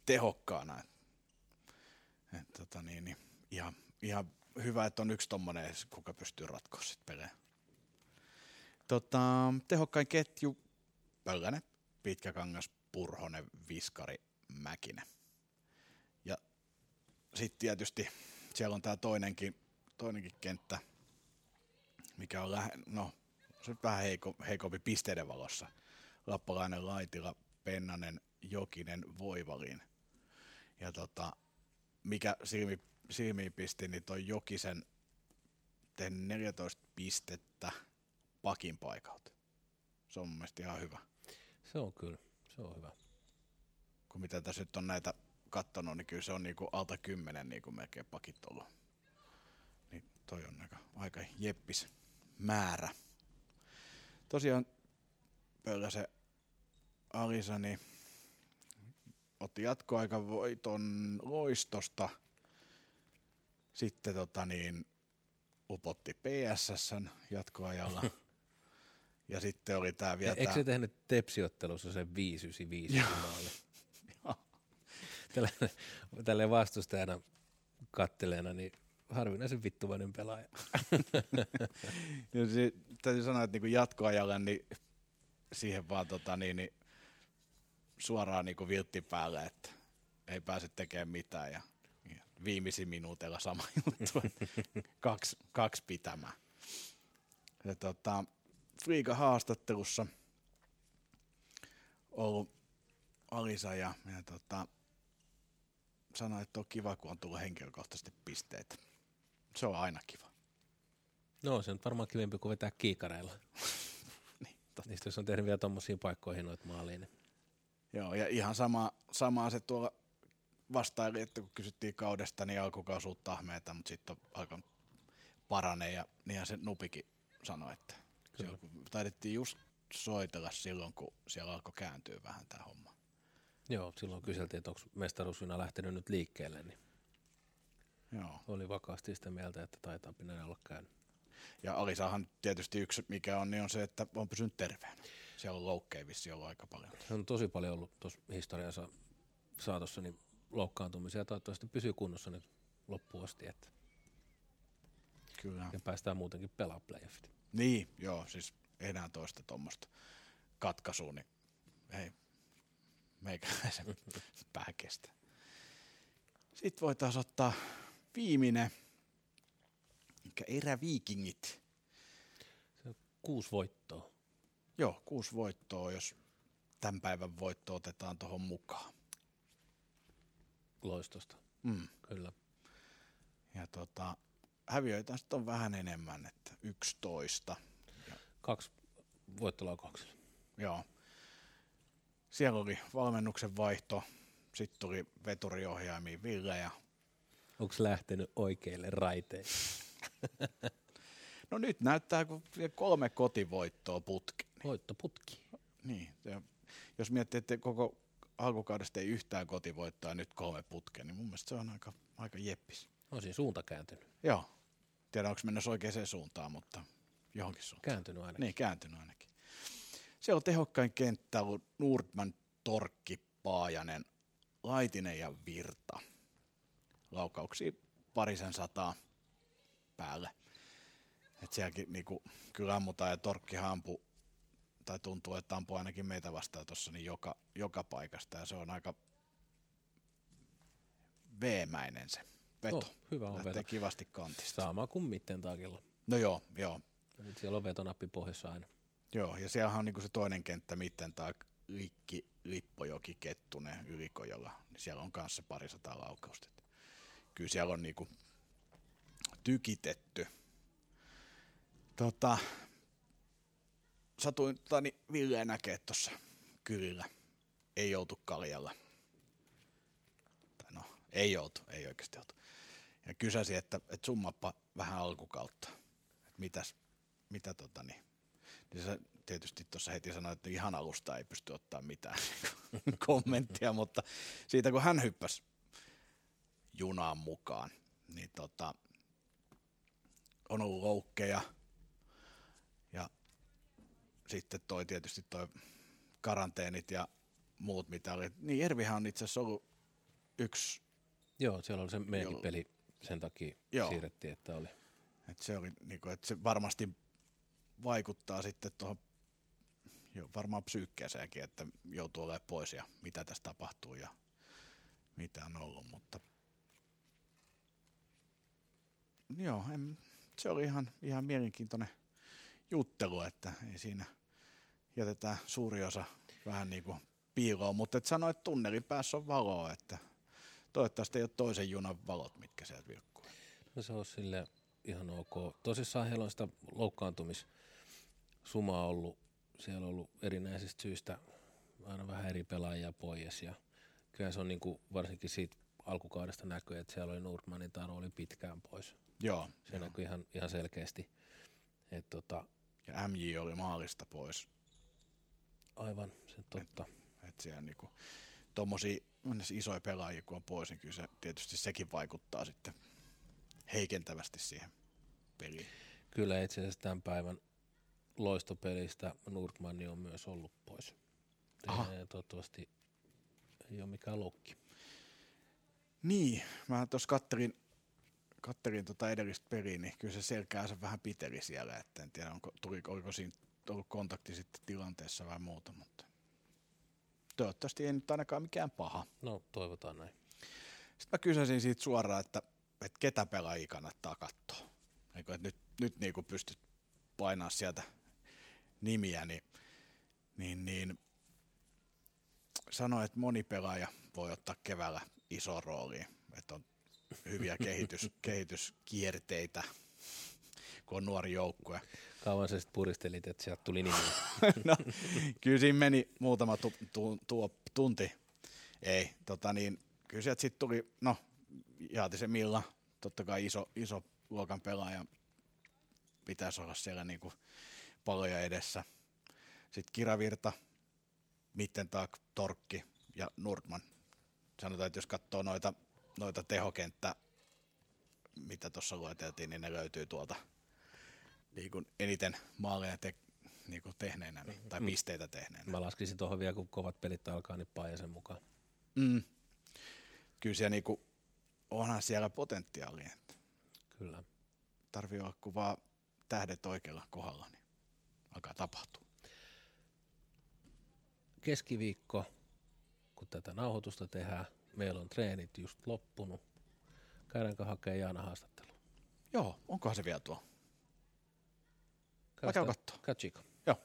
[SPEAKER 2] tehokkaana. Et, et, tota niin, niin, ihan, ihan hyvä, että on yksi tommonen, kuka pystyy ratkoa sit pelejä. Tota, tehokkain ketju, Pöllänen, Pitkäkangas, Purhonen, Viskari, Mäkinen. Ja sitten tietysti siellä on tää toinenkin, toinenkin kenttä, mikä on lähe, no, se on vähän heiko, heikompi pisteiden valossa. Lappalainen, Laitila, Pennanen, Jokinen, Voivalin. Ja tota, mikä silmi, silmiin pisti, niin toi Jokisen tehnyt neljätoista pistettä pakin paikalta. Se on mun mielestä ihan hyvä.
[SPEAKER 1] Se on kyllä, se on hyvä.
[SPEAKER 2] Kun mitä tässä nyt on näitä kattonut, niin kyllä se on niinku alta kymmenen niinku melkein pakit ollut. Niin toi on aika, aika jeppis määrä. Tosiaan Pölläsen Alisa niin otti jatkoaikavoiton Loistosta. Sitten tota niin, upotti P S S:n jatkoajalla. Ja sitten oli tää vielä.
[SPEAKER 1] Eikö se tehnyt Tepsiottelussa sen viisi yhdeksänkymmentäviisi maali? Tälleen, tälleen vastustajana katteleena, niin harvinaisen vittuvainen pelaaja.
[SPEAKER 2] Se, täytyy sanoa, että niinku jatkoajalle niin siihen vaan tota, niin, niin, suoraan niinku viltti päälle, että ei pääse tekemään mitään. Ja, ja viimeisin minuutilla sama juttu, kaksi, kaksi pitämään. Ja, tota, Friikan haastattelussa ollut Alisa ja, ja tota, sanoi, että on kiva, kun on tullut henkilökohtaisesti pisteitä. Se on aina kiva.
[SPEAKER 1] No, se on varmaan kivempi kuin vetää kiikareilla.
[SPEAKER 2] Niin,
[SPEAKER 1] niistä jos on tehnyt vielä tommosiin paikkoihin noita maaliin. Niin.
[SPEAKER 2] Joo, ja ihan sama, samaa se tuolla vastaili, että kun kysyttiin kaudesta, niin alkukausi uutta ahmeita, mutta sitten on alkanut paranee, ja niinhän se Nupikin sanoi, että siellä, taidettiin just soitella silloin, kun siellä alkoi kääntyä vähän tämä homma.
[SPEAKER 1] Joo, silloin kyseltiin, että onko mestaruusjuna lähtenyt nyt liikkeelle, niin
[SPEAKER 2] joo.
[SPEAKER 1] Oli vakaasti sitä mieltä, että taitaa näin olla käynyt.
[SPEAKER 2] Ja Alisahan tietysti yksi, mikä on, niin on se, että on pysynyt terveenä. Siellä on loukkeja vissiin ollut aika paljon.
[SPEAKER 1] Se on tosi paljon ollut tuossa historiansa saatossa niin loukkaantumisia, ja toivottavasti pysyy kunnossa nyt loppuun asti, että
[SPEAKER 2] kyllä.
[SPEAKER 1] Ja päästään muutenkin pelaamaan playoffit.
[SPEAKER 2] Niin, joo, siis enää toista tuommoista katkaisua, niin ei meikäläisen pää kestä. Sitten voitaisiin ottaa viimeinen, mikä eräviikingit.
[SPEAKER 1] Se on kuusi voittoa.
[SPEAKER 2] Joo, kuusi voittoa, jos tämän päivän voitto otetaan tuohon mukaan.
[SPEAKER 1] Loistosta,
[SPEAKER 2] mm.
[SPEAKER 1] kyllä.
[SPEAKER 2] Ja tota, häviöitä sitten on vähän enemmän, että yksitoista. Ja
[SPEAKER 1] kaksi voittolaukauksella.
[SPEAKER 2] Joo. Siellä oli valmennuksen vaihto, sitten tuli veturiohjaimiin Ville ja...
[SPEAKER 1] Onko lähtenyt oikeille raiteille?
[SPEAKER 2] No nyt näyttää, kun kolme kotivoittoa putki.
[SPEAKER 1] Voittoputki.
[SPEAKER 2] Niin, jos miettii, että koko alkukaudesta ei yhtään kotivoittoa ja nyt kolme putkea, niin mun mielestä se on aika, aika jeppis.
[SPEAKER 1] On siinä suunta kääntynyt.
[SPEAKER 2] Joo. Tiedän, onko mennessä oikeaan suuntaan, mutta johonkin suuntaan.
[SPEAKER 1] Kääntynyt ainakin.
[SPEAKER 2] Niin, kääntynyt ainakin. Siellä on tehokkain kenttä ollut Nordman, Torkki, Paajanen, Laitinen ja Virta. Laukauksia parisen sataa päälle. Et sielläkin niinku, kyllä ammutaan ja Torkkihan ampuu, tai tuntuu, että ampuu ainakin meitä vastaan tuossa niin joka, joka paikasta. Ja se on aika veemäinen se veto.
[SPEAKER 1] Oh, hyvä on
[SPEAKER 2] lähtee
[SPEAKER 1] veto.
[SPEAKER 2] Kivasti kantista.
[SPEAKER 1] Sama kuin mitten takilla.
[SPEAKER 2] No joo, joo.
[SPEAKER 1] Nyt siellä on vetonappi pohjassa aina.
[SPEAKER 2] Joo, ja siellähän on niinku se toinen kenttä, mitten taak, Likki, Lippojoki, Kettunen, Ylikojolla. Niin siellä on kanssa parisataa laukausta. Kyllä siellä on niinku tykitetty. Tota, satuin tani Ville näkee tuossa kylillä. Ei joutu kaljalla. Tai no, ei joutu, ei oikeasti joutu. Ja kysäsi, että, että summappa vähän alkukautta. Että mitäs, mitä tota niin. Niin se tietysti tuossa heti sanoi, että ihan alusta ei pysty ottaa mitään kommenttia, mutta siitä kun hän hyppäsi junaan mukaan, niin tota, on ollut loukkeja. Ja sitten toi tietysti toi karanteenit ja muut mitä oli. Niin Ervihän on itse asiassa ollut yksi.
[SPEAKER 1] Joo, siellä oli se meidänkin peli, sen takia Joo. siirrettiin, että oli.
[SPEAKER 2] Et se oli niinku, että se varmasti vaikuttaa sitten tuohon varmaan psyykkeeseenkin, että joutuu olemaan pois ja mitä tässä tapahtuu ja mitä on ollut, mutta joo, en, se oli ihan, ihan mielenkiintoinen juttelu, että ei siinä jätetään suuri osa vähän niin kuin piiloon, mutta et sano, että tunnelin päässä on valoa, että toivottavasti ei ole toisen junan valot, mitkä sieltä vilkkuu.
[SPEAKER 1] No se on sille ihan ok. Tosissaan heillä on sitä loukkaantumissumaa ollut, siellä on ollut erinäisistä syistä aina vähän eri pelaajia pois ja kyllä se on niin kuin varsinkin siitä alkukaudesta näkyy, että siellä oli Nordmanin Taro oli pitkään pois.
[SPEAKER 2] Joo.
[SPEAKER 1] Se näkyy ihan, ihan selkeästi. Et tota,
[SPEAKER 2] ja M J oli maalista pois.
[SPEAKER 1] Aivan, se totta.
[SPEAKER 2] Et, et siellä niinku, tommosia isoja pelaajia kun on pois, niin kyllä se, tietysti sekin vaikuttaa sitten heikentävästi siihen peliin.
[SPEAKER 1] Kyllä itse asiassa tämän päivän loistopelistä Nordman on myös ollut pois. Ja toivottavasti ei ole mikään lokki.
[SPEAKER 2] Niin, mä tuossa katterin, katterin tota edellistä peliä, niin kyllä se selkäänsä vähän piteli siellä, että en tiedä, onko, tuli, oliko siinä ollut kontakti sitten tilanteessa vai muuta, mutta toivottavasti ei nyt ainakaan mikään paha.
[SPEAKER 1] No, toivotaan näin.
[SPEAKER 2] Sitten mä kysyisin siitä suoraan, että, että ketä pelaajia kannattaa katsoa. Eikö, että nyt, nyt niin kuin pystyt painaa sieltä nimiä, niin, niin, niin sano, että moni pelaaja voi ottaa keväällä iso rooli, että on hyviä kehitys, kehityskierteitä, kun on nuori joukkue.
[SPEAKER 1] Kauan sä sitten puristelit, että sieltä tuli nimi?
[SPEAKER 2] No, kyllä siinä meni muutama tu, tu, tu, tunti. Ei, tota niin, kyllä sieltä sitten tuli, no, Jaatisen Milla, totta kai iso, iso luokan pelaaja, pitäisi olla siellä niinku paloja edessä. Sitten Kiravirta, Mittentag, Torkki ja Nordman. Sanotaan, että jos katsoo noita, noita tehokenttä, mitä tuossa lueteltiin, niin ne löytyy tuolta niin kuin eniten maaleja te, niin kuin tehneenä niin, tai pisteitä tehneenä.
[SPEAKER 1] Mä laskisin tuohon vielä, kun kovat pelit alkaa, niin Paajasen mukaan.
[SPEAKER 2] Mm. Kyllä siellä niin kuin, onhan siellä potentiaalia.
[SPEAKER 1] Kyllä.
[SPEAKER 2] Tarvii olla, kun vaan tähdet oikealla kohdalla, niin alkaa tapahtua.
[SPEAKER 1] Keskiviikko, kun tätä nauhoitusta tehdään, meillä on treenit just loppunut. Käydäänkö hakemaan Jaana haastattelua?
[SPEAKER 2] Joo, onkohan se vielä tuo? Mä käyn kattoo.
[SPEAKER 1] Käy Chico.
[SPEAKER 2] Joo.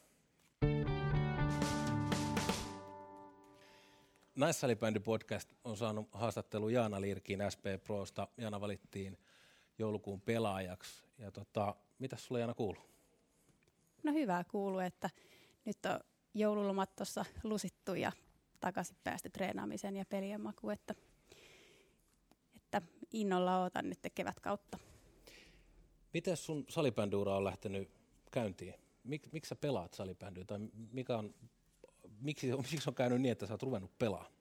[SPEAKER 1] Naissalibändi podcast on saanut haastattelu Jaana Lirkiin S P Prosta. Jaana valittiin joulukuun pelaajaksi. Ja tota, mitäs sulle Jaana kuuluu?
[SPEAKER 3] No hyvää kuuluu, että nyt on joululomat tuossa lusittu ja takaisin päästy treenaamiseen ja pelien makuun, että, että innolla odotan nyt kevätkautta.
[SPEAKER 1] Miten sun salibändiura on lähtenyt käyntiin? Mik, miksi sä pelaat salibändyä? Tai mikä on, miksi, miksi on käynyt niin, että sä oot ruvennut pelaamaan?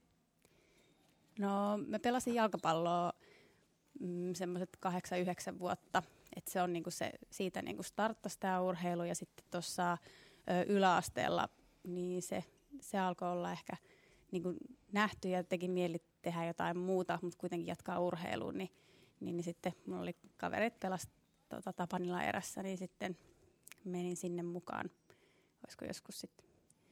[SPEAKER 3] No mä pelasin jalkapalloa mm, semmoiset kahdeksan yhdeksän vuotta. Että se on niinku se, siitä niinku starttasi tämä urheilu ja sitten tuossa yläasteella niin se, se alkoi olla ehkä niinku nähty ja teki mieli tehdä jotain muuta, mutta kuitenkin jatkaa urheiluun. Niin, niin, niin sitten mulla oli kaverit pelas tota, Tapanilla erässä, niin sitten menin sinne mukaan, olisiko joskus sitten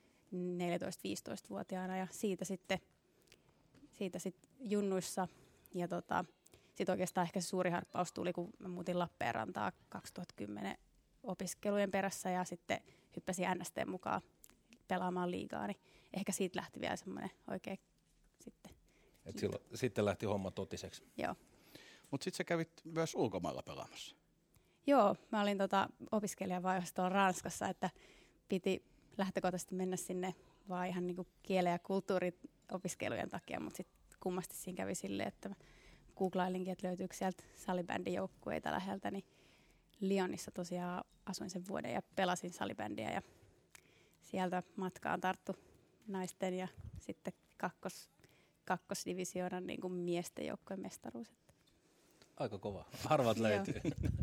[SPEAKER 3] neljätoista-viisitoista-vuotiaana ja siitä sitten, siitä sitten junnuissa ja tota, sitten oikeastaan ehkä se suuri harppaus tuli, kun mä muutin Lappeenrantaa kaksituhattakymmenen opiskelujen perässä ja sitten hyppäsin N S T:n mukaan pelaamaan liigaa, niin ehkä siitä lähti vielä semmoinen oikein sitten.
[SPEAKER 1] Et silloin, sitten lähti homma totiseksi.
[SPEAKER 3] Joo.
[SPEAKER 2] Mutta sitten sä kävit myös ulkomailla pelaamassa.
[SPEAKER 3] Joo, mä olin tota opiskelijavaiheessa tuolla Ranskassa, että piti lähtökohtaisesti mennä sinne vaan ihan niinku kielen ja kulttuuriopiskelujen takia, mutta sitten kummasti siinä kävi silleen, että mä googlailinkin, että löytyykö sieltä salibändijoukkueita läheltä, niin Lyonissa tosiaan asuin sen vuoden ja pelasin salibändiä ja sieltä matkaan tarttu naisten ja sitten kakkos, kakkosdivisioonan niin kuin miesten joukkueen mestaruus.
[SPEAKER 1] Aika kova. Harvat löytyy.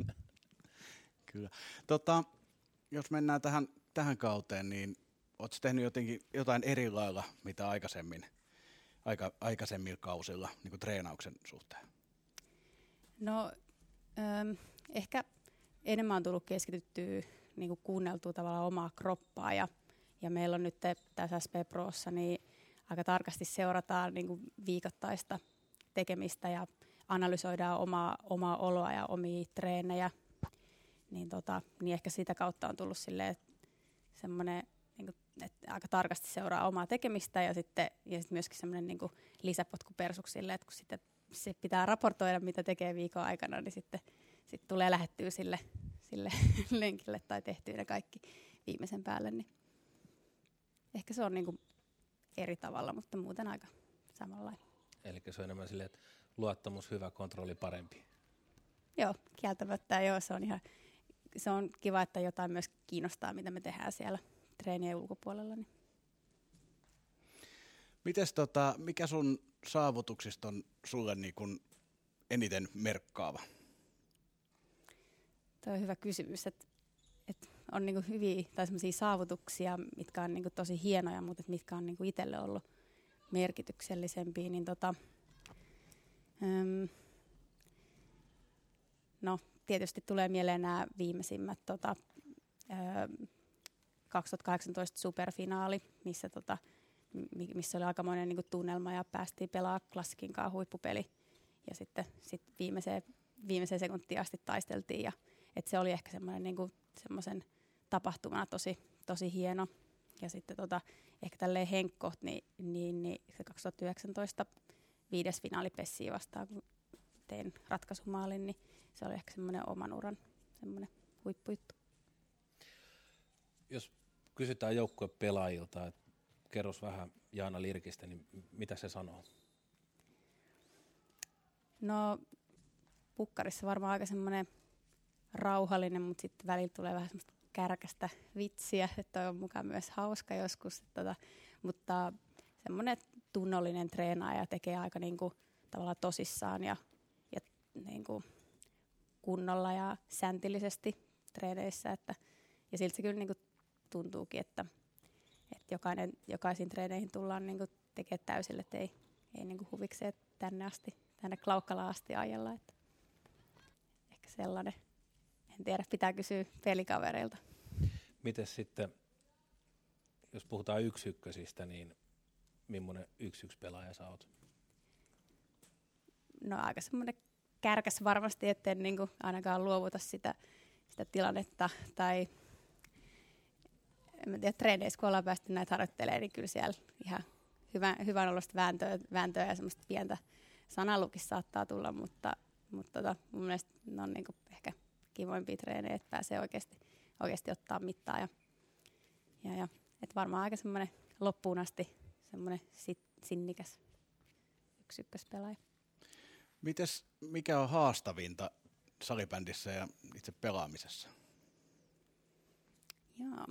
[SPEAKER 2] Kyllä. Tota, jos mennään tähän, tähän kauteen, niin ootko tehnyt jotenkin jotain eri lailla, mitä aikaisemmin, aika, aikaisemmilla kausilla niin kuin treenauksen suhteen?
[SPEAKER 3] No ähm, ehkä enemmän on tullut keskityttyä niin kuin kuunneltua tavallaan omaa kroppaa ja, ja meillä on nyt tässä S P Prossa niin aika tarkasti seurataan niin kuin viikoittaista tekemistä ja analysoidaan omaa, omaa oloa ja omia treenejä, niin, tota, niin ehkä sitä kautta on tullut silleen semmoinen, niin kuin, että aika tarkasti seuraa omaa tekemistä ja sitten ja sit myöskin semmoinen niin kuin lisäpotku persuksi silleen, että kun sitten se pitää raportoida, mitä tekee viikon aikana, niin sitten sit tulee lähettyä sille, sille lenkille tai tehtyä ne kaikki viimeisen päälle, niin ehkä se on niin kuin eri tavalla, mutta muuten aika samanlainen.
[SPEAKER 1] Eli se on enemmän silleen, että luottamus hyvä, kontrolli parempi.
[SPEAKER 3] Joo, kieltämättä joo, se on ihan, se on kiva, että jotain myös kiinnostaa, mitä me tehdään siellä treenien ulkopuolella. Niin.
[SPEAKER 2] Mites tota, mikä sun saavutuksista on sulle niin kun eniten merkkaava?
[SPEAKER 3] Tuo on hyvä kysymys, että et on niinku hyviä tai semmoisia saavutuksia, mitkä on niinku tosi hienoja, mutta et mitkä on niinku itselle ollut merkityksellisempiä, niin tota, äm, no tietysti tulee mieleen nämä viimeisimmät tota, äm, kaksituhattakahdeksantoista superfinaali, missä, tota, missä oli aikamoinen niinku tunnelma ja päästiin pelaamaan Klassikin kanssa huippupeli ja sitten sit viimeiseen, viimeiseen sekuntiin asti taisteltiin ja et se oli ehkä semmoinen niinku, semmoisen tapahtumana tosi, tosi hieno. Ja sitten tota, ehkä tälleen henkkoht, niin, niin, niin se kaksituhattayhdeksäntoista viides finaali Pessiä vastaan, kun tein ratkaisumaalin, niin se oli ehkä semmoinen oman uran semmoinen huippujuttu.
[SPEAKER 1] Jos kysytään joukkuepelaajilta, että kerros vähän Jaana Lirkistä, niin mitä se sanoo?
[SPEAKER 3] No pukkarissa varmaan aika semmoinen rauhallinen, mutta sitten välillä tulee vähän semmoista kärkästä vitsiä, että toi on mukaan myös hauska joskus. Tota, mutta semmoinen tunnollinen treenaaja tekee aika niinku, tavallaan tosissaan ja, ja niinku, kunnolla ja säntillisesti treeneissä. Että, ja siltä se kyllä niinku, tuntuukin, että, että jokainen, jokaisiin treeneihin tullaan niinku, tekemään täysille, että ei, ei niinku, huvikseen tänne asti, tänne Klaukkalaan asti ajella. Että ehkä sellainen. En tiedä, pitää kysyä pelikavereilta.
[SPEAKER 1] Miten sitten, jos puhutaan yksi-ykkösistä, niin millainen yksi-yksi pelaaja sä oot?
[SPEAKER 3] No aika semmoinen kärkäs varmasti, etten niinku ainakaan luovuta sitä, sitä tilannetta. Tai en tiedä, treeneissä kun ollaan päästy näitä harjoittelemaan, niin kyllä siellä ihan hyvä, hyvän olosta vääntöä, vääntöä ja semmoista pientä sanalukista saattaa tulla, mutta, mutta tota, mun mielestä ne on niinku ehkä kivoimpia treenejä, että pääsee oikeasti, oikeasti ottaa mittaa. Ja, ja, ja, et varmaan aika semmoinen loppuun asti semmoinen sit, sinnikäs yksi ykköspelaaja.
[SPEAKER 2] Mites, mikä on haastavinta salibändissä ja itse pelaamisessa?
[SPEAKER 3] Joo.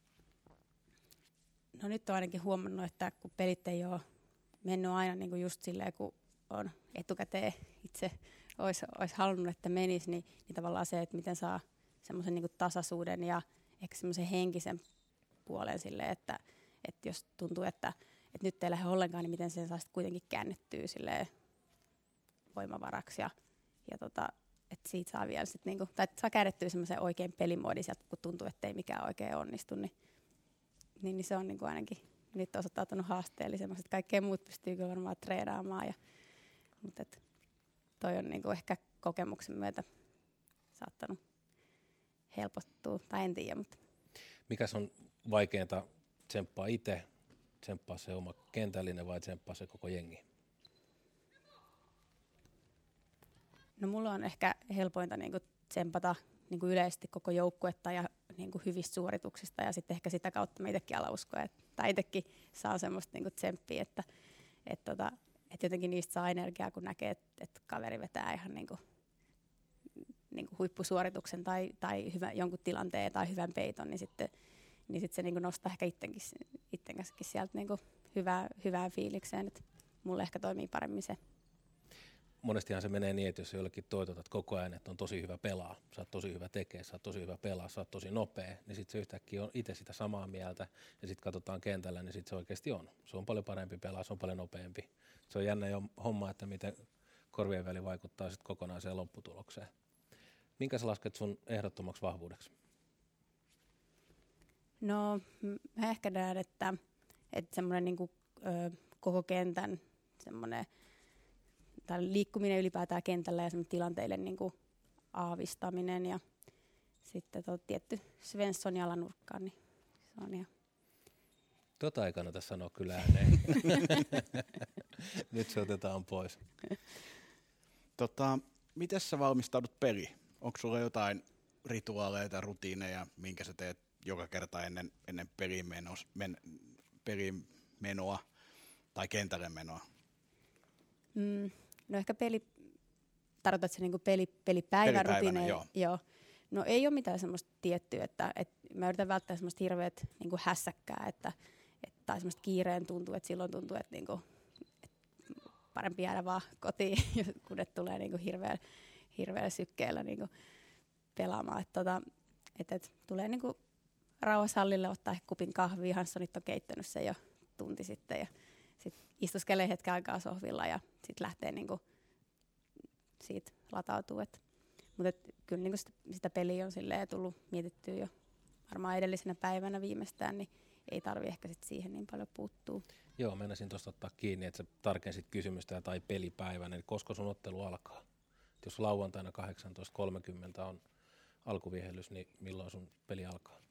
[SPEAKER 3] No nyt on ainakin huomannut, että kun pelit ei ole mennyt aina niin kuin just silleen, kun on etukäteen itse olisi, olisi halunnut, että menisi, niin, niin tavallaan se, että miten saa semmoisen niin kuin tasaisuuden ja ehkä semmoisen henkisen puolen silleen, että, että jos tuntuu, että, että nyt ei lähde ollenkaan, niin miten sen saa sitten kuitenkin käännettyä silleen voimavaraksi ja, ja tota, että siitä saa vielä sit niinku, tai saa käännettyä semmoisen oikein pelimoodin sieltä, kun tuntuu, että ei mikään oikein onnistu, niin, niin, niin se on niinku ainakin nyt osoittautunut haasteellisemmaksi, että kaikkea muut pystyy kyllä varmaan treenaamaan, ja, mutta et, toi on niinku ehkä kokemuksen myötä saattanut helpottua, tai en tiedä. Mutta.
[SPEAKER 1] Mikäs on vaikeinta, tsemppaa itse, tsemppaa se oma kentällinen vai tsemppaa se koko jengi?
[SPEAKER 3] No mulla on ehkä helpointa niinku tsempata niinku yleisesti koko joukkuetta ja niinku hyvistä suorituksista ja sitten ehkä sitä kautta mä itsekin ala uskoa, että tai itsekin saa semmoista niinku tsemppiä, että et tota, et jotenkin niistä saa energiaa, kun näkee, että et kaveri vetää ihan niinku, niinku huippusuorituksen tai, tai hyvä, jonkun tilanteen tai hyvän peiton, niin sitten niin sit se niinku nostaa ehkä ittenkin, ittenkäskin sieltä niinku hyvää, hyvää fiilikseen, että mulle ehkä toimii paremmin se.
[SPEAKER 1] monestihan se menee niin, että jos jollekin toitotat koko ajan, että on tosi hyvä pelaa, sä oot tosi hyvä tekee, sä oot tosi hyvä pelaa, sä oot tosi nopea, niin sitten se yhtäkkiä on itse sitä samaa mieltä, ja sitten katsotaan kentällä, niin sitten se oikeasti on. Se on paljon parempi pelaa, se on paljon nopeampi. Se on jännä jo homma, että miten korvien väli vaikuttaa sitten kokonaiseen lopputulokseen. Minkä sä lasket sun ehdottomaksi vahvuudeksi?
[SPEAKER 3] No mä ehkä näen, että, että semmoinen niinku, ö, koko kentän semmoinen tai liikkuminen ylipäätään kentällä ja semmoinen tilanteille niinku aavistaminen ja sitten tuo tietty Svensson jalanurkkaan, niin se on ihan...
[SPEAKER 1] Tota ei kannata sanoa kyllä ääneen. Nyt se otetaan pois.
[SPEAKER 2] Tota, miten sä valmistaudut peliin? Onko sulla jotain rituaaleja tai rutiineja, minkä sä teet joka kerta ennen, ennen peliin, menos, men, peliin menoa tai kentälle menoa?
[SPEAKER 3] Mm, no ehkä peli, tarkoitatko se niinku peli, pelipäivän rutiineja?
[SPEAKER 2] Joo.
[SPEAKER 3] Joo. No ei ole mitään semmoista tiettyä, että, että mä yritän välttää semmoista hirveät niinku hässäkkää, että, että, tai semmoista kiireen tuntuu, että silloin tuntuu, että, niinku, että parempi jäädä vaan kotiin, kun et tulee niinku hirveällä, hirveällä sykkeellä niinku pelaamaan. Että, tota, että, että tulee niinku rauhassa hallille ottaa kupin kahvia, Hanssonit on keittänyt sen jo tunti sitten ja sitten istuskelee hetken aikaa sohvilla ja sitten lähtee niinku siitä latautuu. Mutta kyllä niinku sitä, sitä peliä on silleen tullut mietittyä jo varmaan edellisenä päivänä viimeistään, niin ei tarvi ehkä sit siihen niin paljon puuttua.
[SPEAKER 1] Joo, meinasin tuosta ottaa kiinni, että sä tarkensit kysymystä tai pelipäivänä, eli koska sun ottelu alkaa? Et jos lauantaina kahdeksantoista kolmekymmentä on alkuvihellys, niin milloin sun peli alkaa?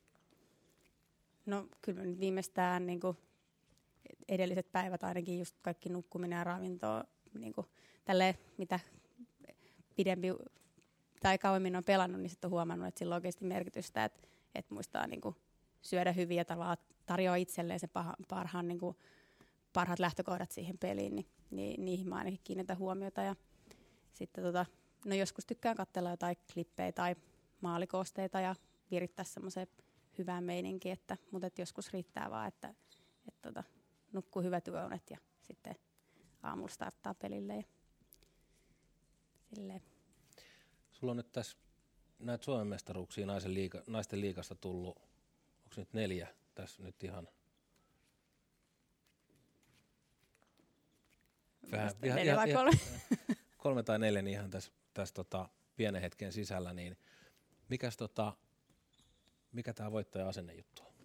[SPEAKER 3] No kyllä nyt viimeistään niinku edelliset päivät ainakin just kaikki nukkuminen ja ravinto, niinku tälleen mitä pidempi tai kauemmin on pelannut, niin sitten on huomannut, että sillä on oikeasti merkitystä, että, että muistaa niinku syödä hyvin ja tarjoaa itselleen se paha, parhaan, niinku, parhaat lähtökohdat siihen peliin, niin, niin niihin mä ainakin kiinnitän huomiota. Ja sitten tota, no joskus tykkään katsella jotain klippejä tai maalikoosteita ja virittää semmoiseen hyvään meininkiin, että, mutta et joskus riittää vaan, että et tota, nukkuu hyvät yöunet ja sitten aamulla starttaa pelille. Ja silleen.
[SPEAKER 1] Sulla on nyt tässä näitä Suomen mestaruuksia naisen liiga, naisten liigasta tullut, onko nyt neljä tässä nyt ihan? Vähän, ihan,
[SPEAKER 3] neljä vai
[SPEAKER 1] ihan,
[SPEAKER 3] kolme?
[SPEAKER 1] kolme tai neljä niin ihan tässä, tässä tota, pienen hetken sisällä, niin mikäs tota, mikä tämä voittaja-asenne juttu on?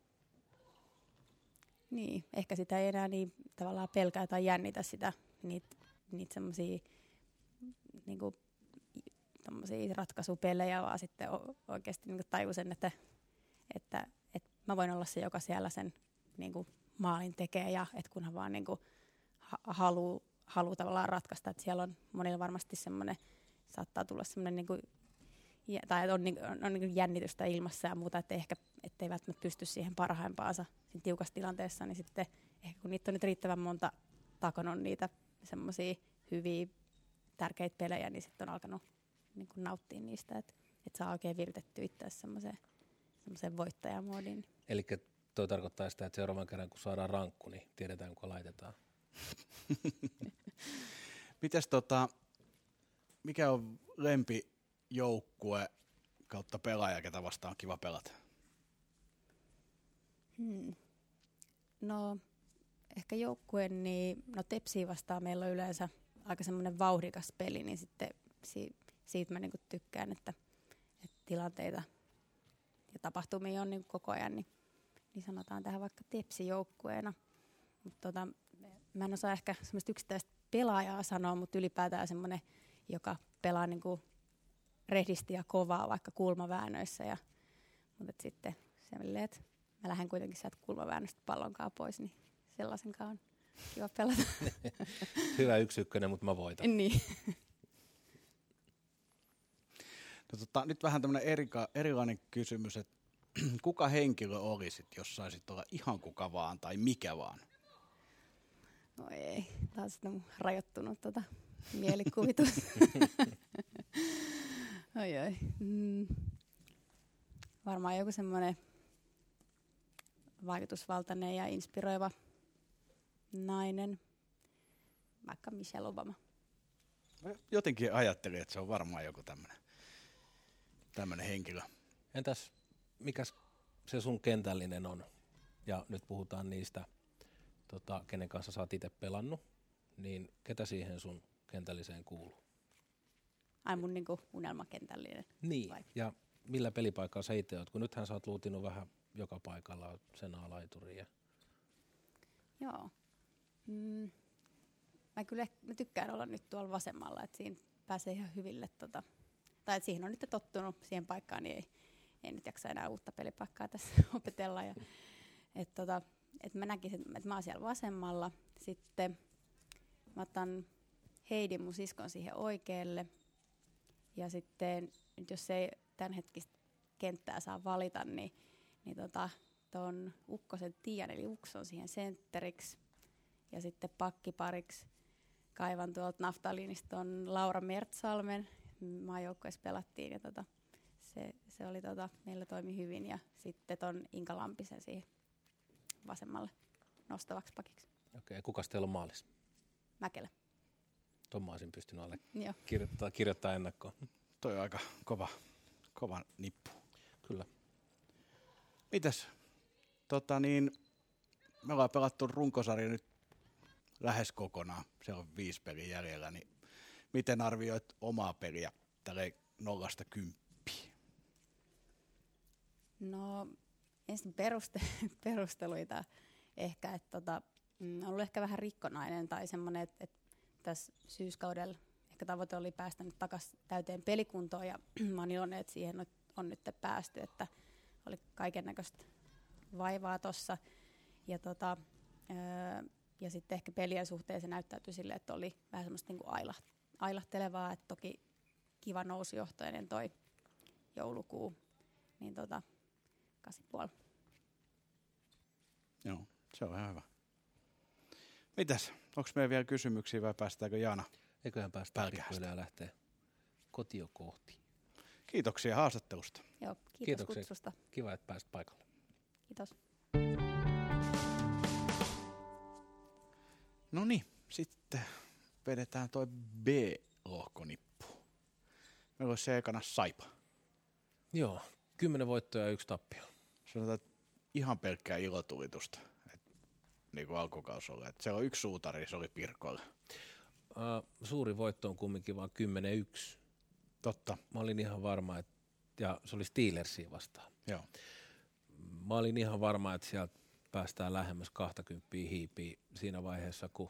[SPEAKER 3] Niin, ehkä sitä ei enää niin tavallaan pelkää tai jännitä sitä, niitä, niitä semmoisia niinku, ratkaisupelejä, vaan sitten oikeasti niinku tajusin, että, että, että mä voin olla se, joka siellä sen niinku, maalin tekee, ja että kunhan vaan niinku, ha- haluu, haluu tavallaan ratkaista, että siellä on monilla varmasti semmoinen, saattaa tulla semmoinen niinku, Ja, tai on, on, on niin jännitystä ilmassa ja muuta, että ehkä ettei välttämättä pysty siihen parhaimpaansa siinä tiukassa tilanteessa, niin sitten ehkä kun niitä on nyt riittävän monta takonut niitä semmoisia hyviä, tärkeitä pelejä, niin sitten on alkanut niin kuin nauttia niistä, että, että saa oikein viritettyä itseäsi semmoiseen, semmoiseen voittajamoodiin.
[SPEAKER 1] Eli toi tarkoittaa sitä, että seuraavan kerran kun saadaan rankku, niin tiedetään kuinka laitetaan.
[SPEAKER 2] Mites tota, mikä on lempi joukkue kautta pelaaja, ketä vastaan on kiva pelata?
[SPEAKER 3] Hmm. No ehkä joukkue, niin no Tepsiä vastaan meillä on yleensä aika semmoinen vauhdikas peli, niin sitten si- siitä mä niinku tykkään, että, että tilanteita ja tapahtumia on niinku koko ajan, niin, niin sanotaan tähän vaikka Tepsi-joukkueena. Mutta tota, mä en osaa ehkä semmoista yksittäistä pelaajaa sanoa, mutta ylipäätään semmoinen, joka pelaa niinku rehdisti ja kovaa vaikka kulmaväännöissä. Ja, mutta et sitten semmoinen, että mä lähden kuitenkin sieltä kulmaväännöstä pallonkaan pois, niin sellaisenkaan on kiva pelata.
[SPEAKER 1] Hyvä yksi ykkönen, mutta mä voitan.
[SPEAKER 3] Niin.
[SPEAKER 2] No, tota, nyt vähän tämmöinen erika, erilainen kysymys, että kuka henkilö olisit, jos saisit olla ihan kuka vaan tai mikä vaan?
[SPEAKER 3] No ei, taas on rajoittunut tota mielikuvitus. Oi, oi. Mm. Varmaan joku semmoinen vaikutusvaltainen ja inspiroiva nainen, vaikka Michelle Obama.
[SPEAKER 2] Mä jotenkin ajattelin, että se on varmaan joku tämmönen, tämmönen henkilö.
[SPEAKER 1] Entäs mikäs se sun kentällinen on? Ja nyt puhutaan niistä, tota, kenen kanssa sä oot itse pelannut, niin ketä siihen sun kentälliseen kuuluu?
[SPEAKER 3] Ai mun niinku unelmakentällinen.
[SPEAKER 1] Niin,
[SPEAKER 3] vai?
[SPEAKER 1] ja millä pelipaikalla sä itse oot? Kun nythän sä oot luutinut vähän joka paikalla sen A-laituriin. Ja...
[SPEAKER 3] Joo. Mm. Mä kyllä mä tykkään olla nyt tuolla vasemmalla, että siinä pääsee ihan hyville. Tota, tai että siihen on nyt tottunut siihen paikkaan, niin ei, ei nyt jaksa enää uutta pelipaikkaa tässä opetella. Ja, et tota, et mä näkisin, että mä oon siellä vasemmalla. Sitten mä otan Heidi, mun siskon, siihen oikealle. Ja sitten nyt jos ei tämän hetkistä kenttää saa valita, niin, niin tota, ton Ukkosen Tiian, eli Ukson siihen sentteriksi. Ja sitten pakkipariksi kaivan tuolta naftaliinista ton Laura Mertsalmen. Maajoukkueessa pelattiin ja tota, se, se oli tota, meillä toimi hyvin. Ja sitten ton Inka Lampisen siihen vasemmalle nostavaksi pakiksi.
[SPEAKER 1] Okei, kukas teillä on maalissa?
[SPEAKER 3] Mäkelä.
[SPEAKER 1] Ton mä olisin pystynyt alle
[SPEAKER 3] Joo.
[SPEAKER 1] kirjoittaa, kirjoittaa ennakkoon.
[SPEAKER 2] Toi on aika kova, kova nippu.
[SPEAKER 1] Kyllä.
[SPEAKER 2] Mitäs? Tota niin, me ollaan pelattu runkosarja nyt lähes kokonaan. Se on viisi peliä jäljellä. Niin miten arvioit omaa peliä tälle nollasta kymppiin?
[SPEAKER 3] No ensin peruste, perusteluita ehkä, että tota, mm, on ollut ehkä vähän rikkonainen tai semmoinen, että et tässä syyskaudella ehkä tavoite oli päästä nyt takaisin täyteen pelikuntoon ja mä oon iloinen, että siihen on nyt päästy, että oli kaiken näköistä vaivaa tossa. Ja, tota, öö, ja sitten ehkä pelien suhteen se näyttäytyi silleen, että oli vähän semmoista niinku ailaht, ailahtelevaa, että toki kiva nousujohtoinen toi joulukuu, niin tota, kasi puoli.
[SPEAKER 2] Joo, se on ihan hyvä. Mitäs? Onko meillä vielä kysymyksiä vai päästäänkö Jaana?
[SPEAKER 1] Eiköhän päästä pikkuhiljaa lähteä kotio kohti.
[SPEAKER 2] Kiitoksia haastattelusta.
[SPEAKER 3] Joo, kiitos
[SPEAKER 1] Kiitoksia.
[SPEAKER 3] kutsusta.
[SPEAKER 1] Kiva, että pääsit paikalle.
[SPEAKER 3] Kiitos.
[SPEAKER 2] No niin, sitten vedetään toi B-lohkonippu. Meillä olisi se ekana Saipa.
[SPEAKER 1] Joo, kymmenen voittoa ja yksi tappio.
[SPEAKER 2] Sanotaan, että ihan pelkkää ilotulitusta, et, niin kuin alkukausi oli. Et se on yksi suutari, se oli Pirkoilla.
[SPEAKER 1] Uh, suuri voitto on kumminkin vaan kymmenen yksi.
[SPEAKER 2] Totta.
[SPEAKER 1] Mä olin ihan varma, että, ja se oli Steelersia vastaan.
[SPEAKER 2] Joo.
[SPEAKER 1] Mä olin ihan varma, että sieltä päästään lähemmäs kaksikymmentä hiipiä siinä vaiheessa, kun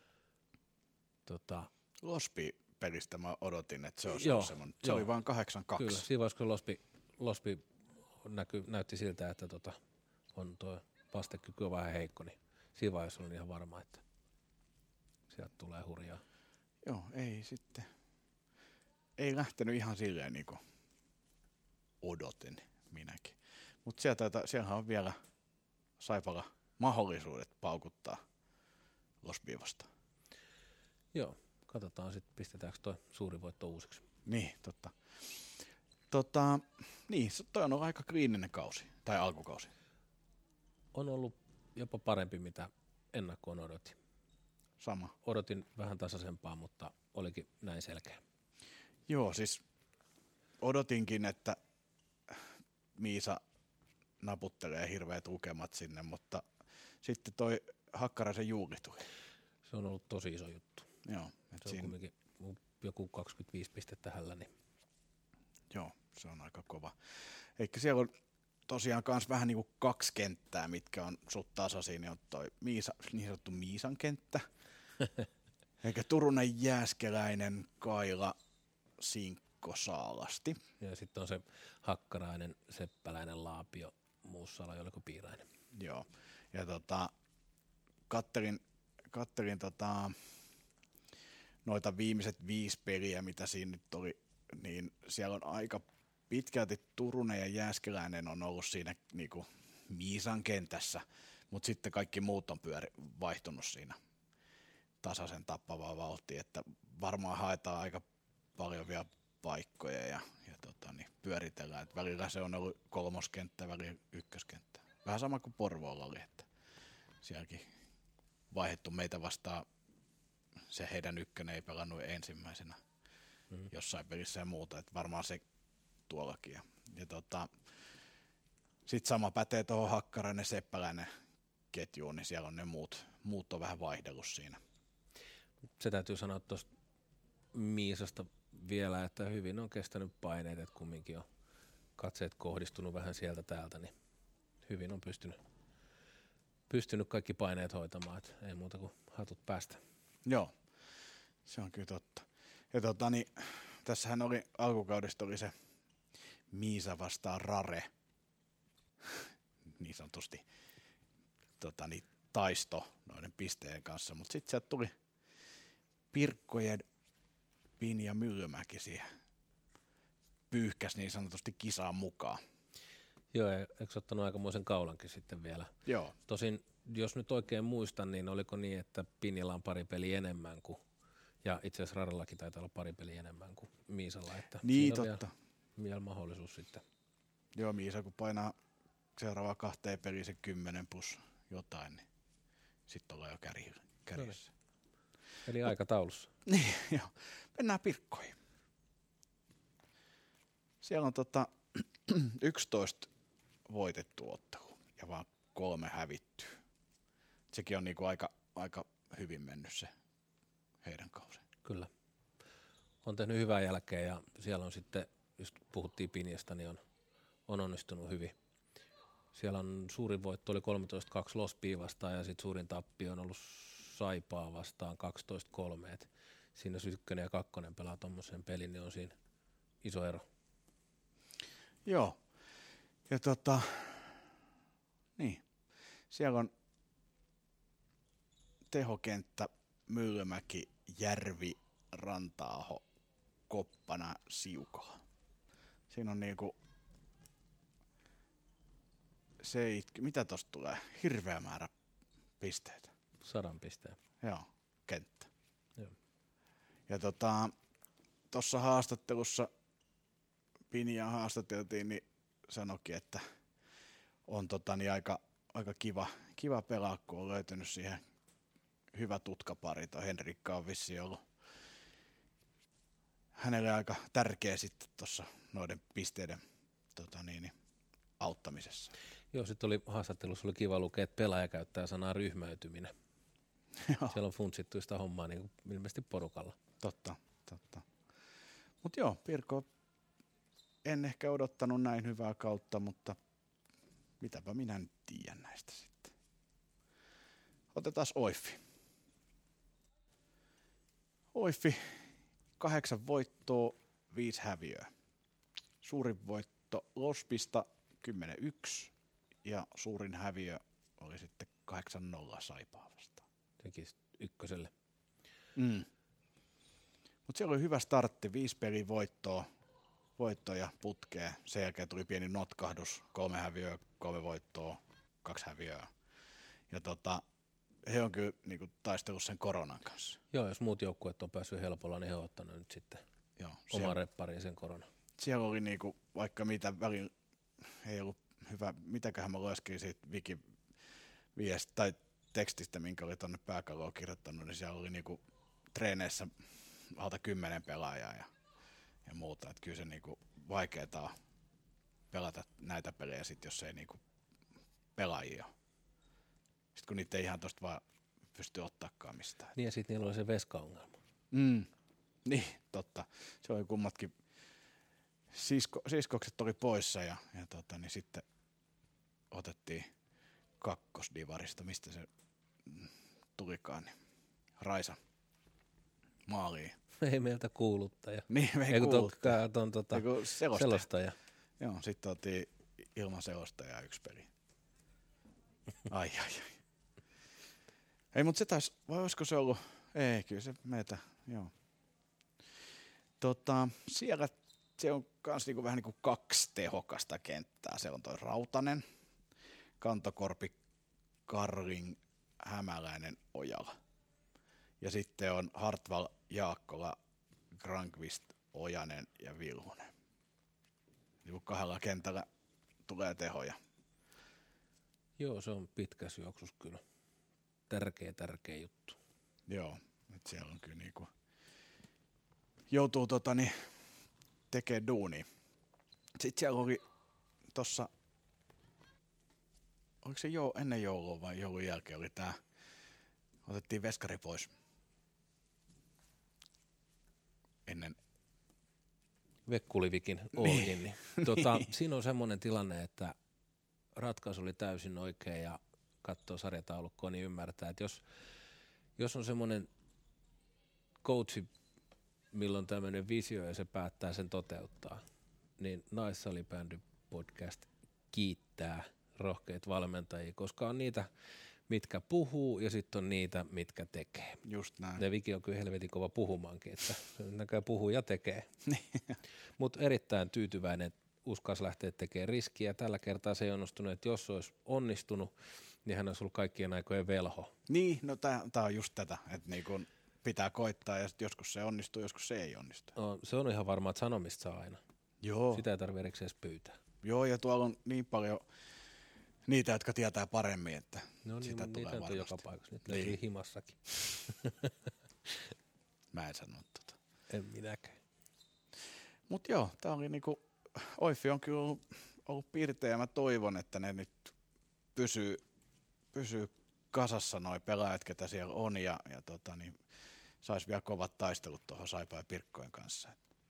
[SPEAKER 1] tota,
[SPEAKER 2] Lospi-pelistä mä odotin, että se olisi
[SPEAKER 1] joo,
[SPEAKER 2] semmoinen. Se
[SPEAKER 1] joo.
[SPEAKER 2] oli vaan kahdeksan kaksi.
[SPEAKER 1] Kyllä, siinä vaiheessa kun Lospi, Lospi näky, näytti siltä, että tota, on tuo vastekyky on vähän heikko, niin siinä vaiheessa olin ihan varma, että sieltä tulee hurjaa.
[SPEAKER 2] Joo, ei sitten. Ei lähtenyt ihan silleen niin kuin odotin minäkin. Mutta siellähän on vielä Saipalla mahdollisuudet paukuttaa Lospia vastaan.
[SPEAKER 1] Joo, katsotaan sitten, pistetäänkö toi suuri voitto uusiksi.
[SPEAKER 2] Niin, totta. Tota, niin, toi on ollut aika kliininen kausi, tai alkukausi.
[SPEAKER 1] On ollut jopa parempi, mitä ennakkoon odotin.
[SPEAKER 2] Sama.
[SPEAKER 1] Odotin vähän tasaisempaa, mutta olikin näin selkeä.
[SPEAKER 2] Joo, siis odotinkin, että Miisa naputtelee hirveät lukemat sinne, mutta sitten toi Hakkaraisen Juuli tuli.
[SPEAKER 1] Se on ollut tosi iso juttu.
[SPEAKER 2] Joo.
[SPEAKER 1] Se on
[SPEAKER 2] siinä...
[SPEAKER 1] kumminkin joku kaksikymmentäviisi pistettä hällä. Niin.
[SPEAKER 2] Joo, se on aika kova. Eikä siellä on tosiaan kans vähän niinku kaksi kenttää, mitkä on sut tasaisia, niin on toi Miisa, niin sanottu Miisan kenttä. Eikä Turunen Jääskeläinen, Kaila, Sinkko, Saalasti.
[SPEAKER 1] Ja sitten on se Hakkarainen, Seppäläinen, Laapio, Muussala, jolleko Piirainen.
[SPEAKER 2] Joo, ja tota, kattelin, kattelin tota, noita viimeiset viisi peliä, mitä siinä nyt oli, niin siellä on aika pitkälti Turunen ja Jääskeläinen on ollut siinä niinku Miisan kentässä, mutta sitten kaikki muut on pyöri, vaihtunut siinä tasaisen tappavaa vauhtia, että varmaan haetaan aika paljon vielä paikkoja ja, ja tota, niin pyöritellään. Et välillä se on ollut kolmoskenttä, välillä ykköskenttä. Vähän sama kuin Porvoolla oli, että sielläkin vaihdettu meitä vastaan se heidän ykkönen ei pelannut ensimmäisenä mm. jossain pelissä ja muuta, että varmaan se tuollakin. Ja, ja tota, sitten sama pätee tuohon Hakkarainen Seppäläinen ketjuun, niin siellä on ne muut, muut on vähän vaihdellut siinä.
[SPEAKER 1] Se täytyy sanoa tuosta Miisasta vielä, että hyvin on kestänyt paineet, että kumminkin on katseet kohdistunut vähän sieltä täältä, niin hyvin on pystynyt, pystynyt kaikki paineet hoitamaan, että ei muuta kuin hatut päästä.
[SPEAKER 2] Joo, se on kyllä totta. Ja tota, niin, tässähän oli alkukaudesta oli se Miisa vastaan Rare, niin sanotusti tota, niin, taisto noiden pisteen kanssa, mutta sitten sieltä tuli Pirkkojen Pinja Myllymäki siihen pyyhkäs niin sanotusti kisaan mukaan.
[SPEAKER 1] Joo, eikö ottanut aikamoisen kaulankin sitten vielä?
[SPEAKER 2] Joo.
[SPEAKER 1] Tosin, jos nyt oikein muistan, niin oliko niin, että Pinjalla on pari peliä enemmän kuin, ja itse asiassa Rarellakin taitaa olla pari peliä enemmän kuin Miisalla, että
[SPEAKER 2] niin,
[SPEAKER 1] siinä
[SPEAKER 2] totta.
[SPEAKER 1] Vielä, vielä mahdollisuus sitten.
[SPEAKER 2] Joo, Miisa kun painaa seuraavaa kahteen peliin se kymmenen plus jotain, niin sitten ollaan jo kärjessä.
[SPEAKER 1] Eli aikataulussa.
[SPEAKER 2] Niin, joo. Mennään Pirkkoihin. Siellä on tota yksitoista voitettu ottelu ja vaan kolme hävittyä. Sekin on niinku aika, aika hyvin mennyt se heidän kausi.
[SPEAKER 1] Kyllä. On tehnyt hyvää jälkeä ja siellä on sitten, just puhuttiin Pinjasta, niin on, on onnistunut hyvin. Siellä on suurin voitto oli kolmetoista kaksi Lospia vastaan ja sitten suurin tappio on ollut Saipaa vastaan kaksitoista kolme. Et siinä jos ykkönen ja kakkonen pelaa tommosen pelin, niin on siinä iso ero.
[SPEAKER 2] Joo. Ja tota, niin. Siellä on tehokenttä Myllymäki, Järvi, Ranta-aho, Koppana, Siukala. Siinä on niinku se, mitä tosta tulee? Hirveä määrä pisteitä.
[SPEAKER 1] Sadan pisteen.
[SPEAKER 2] Joo, kenttä.
[SPEAKER 1] Joo.
[SPEAKER 2] Ja tota, tuossa haastattelussa Pinjaa haastateltiin, niin sanoikin, että on tota, niin aika, aika kiva, kiva pelaa, kun on löytynyt siihen hyvä tutkapari. Toi Henrikka on vissiin ollut hänelle aika tärkeä sitten tuossa noiden pisteiden tota, niin, niin, auttamisessa.
[SPEAKER 1] Joo, sitten oli haastattelussa oli kiva lukea, että pelaaja käyttää sanaa ryhmäytyminen. Siellä on funtsittu sitä hommaa niin kuin ilmeisesti porukalla.
[SPEAKER 2] Totta, totta. Mutta joo, Pirkko, en ehkä odottanut näin hyvää kautta, mutta mitäpä minä nyt tiedän näistä sitten. Otetaan Oiffi. Oiffi, kahdeksan voittoa, viisi häviöä. Suurin voitto Lospista kymmenen yksi ja suurin häviö oli sitten kahdeksan nolla Saipaa vastaan.
[SPEAKER 1] Tekisi ykköselle.
[SPEAKER 2] Mm. Mutta siellä oli hyvä startti, viisi peliä voittoa, voittoja putkeen. Sen jälkeen tuli pieni notkahdus, kolme häviöä, kolme voittoa, kaksi häviöä. Ja tota, he on kyllä niinku taistellut sen koronan kanssa.
[SPEAKER 1] Joo, jos muut joukkueet on päässyt helpolla, niin he on ottanut nyt sitten
[SPEAKER 2] Joo,
[SPEAKER 1] oma
[SPEAKER 2] siellä,
[SPEAKER 1] reppariin sen korona.
[SPEAKER 2] Siellä oli niinku, vaikka mitä välillä ei ollut hyvä, mitäköhän mä lueskin siitä wiki viest, tai tekstistä, minkä oli tuonne pääkalloon kirjoittanut, niin siellä oli niinku treeneissä alta kymmenen pelaajaa ja, ja muuta. Että kyllä se niinku vaikeaa on pelata näitä pelejä sit, jos ei niinku pelaajia ole. Sitten kun niitä ei ihan tosta vaan pysty ottaakaan mistään.
[SPEAKER 1] Niin ja sitten niillä oli se veskaongelma.
[SPEAKER 2] Mm. Niin, totta. Se oli kummatkin. Sisko, siskokset oli poissa ja, ja tota, niin sitten otettiin kakkosdivarista, mistä se tulikaan, niin Raisa maaliin.
[SPEAKER 1] Ei meiltä kuuluttaja.
[SPEAKER 2] Niin, me ei,
[SPEAKER 1] ei
[SPEAKER 2] kuuluttaja.
[SPEAKER 1] Ton, ton, tota,
[SPEAKER 2] Eiku selostaja.
[SPEAKER 1] selostaja.
[SPEAKER 2] Joo, sitten otettiin ilman selostajaa yksi peli. Ai, ai, ai. Ei, mutta se taisi, vai olisiko se ollut? Ei, kyllä se meitä, joo. Tota, siellä se on kans niinku vähän niinku kaksi tehokasta kenttää. Siellä on toi Rautanen, Kantokorpi, Karling, Hämäläinen, Ojala. Ja sitten on Hartwall, Jaakkola, Granqvist, Ojanen ja Vilhunen. Niin kahdella kentällä tulee tehoja.
[SPEAKER 1] Joo, se on pitkässä juoksussa kyllä. Tärkeä, tärkeä juttu.
[SPEAKER 2] Joo, Et siellä on kyllä niinku, joutuu totani tekee duunia. Sitten siellä oli tossa, oliko se jo ennen joulua vai joulun jälkeen oli tää, otettiin veskari pois. Ennen
[SPEAKER 1] Vekkulivikin ohin. Niin. Niin. Tota, niin. Siinä on semmoinen tilanne, että ratkaisu oli täysin oikea ja katsoo sarjataulukkoa, niin ymmärtää, että jos, jos on semmoinen coachi, milloin tämmöinen visio ja se päättää sen toteuttaa, niin Naissalibändy podcast kiittää rohkeita valmentajia, koska on niitä, mitkä puhuu ja sitten on niitä, mitkä tekee.
[SPEAKER 2] Just näin.
[SPEAKER 1] Ja Viki on kyllä helvetin kova puhumaankin, että näköjään puhuu ja tekee. Mutta erittäin tyytyväinen, uskalsi lähteä tekemään riskiä. Tällä kertaa se ei onnistunut, että jos olisi onnistunut, niin hän olisi ollut kaikkien aikojen velho.
[SPEAKER 2] Niin, no tää, tää on just tätä, että niinku pitää koittaa ja joskus se onnistuu, joskus se ei onnistu.
[SPEAKER 1] No, se on ihan varmaa, että sanomista saa aina.
[SPEAKER 2] Joo.
[SPEAKER 1] Sitä ei tarvitse erikseen edes pyytää.
[SPEAKER 2] Joo, ja tuolla on niin paljon niitä, jotka tietää paremmin, että
[SPEAKER 1] no niin,
[SPEAKER 2] sitä tulee
[SPEAKER 1] niitä
[SPEAKER 2] varmasti.
[SPEAKER 1] On joka paikassa, nyt löytyy niin. Himassakin.
[SPEAKER 2] Mä en sano tota.
[SPEAKER 1] En minäkään.
[SPEAKER 2] Mut joo, tää oli niinku, Oiffi on kyllä ollut, ollut pirteä ja mä toivon, että ne nyt pysyy, pysyy kasassa noi pelaajat, ketä siellä on ja, ja tota, niin sais vielä kovat taistelut tuohon Saipa ja Pirkkojen kanssa.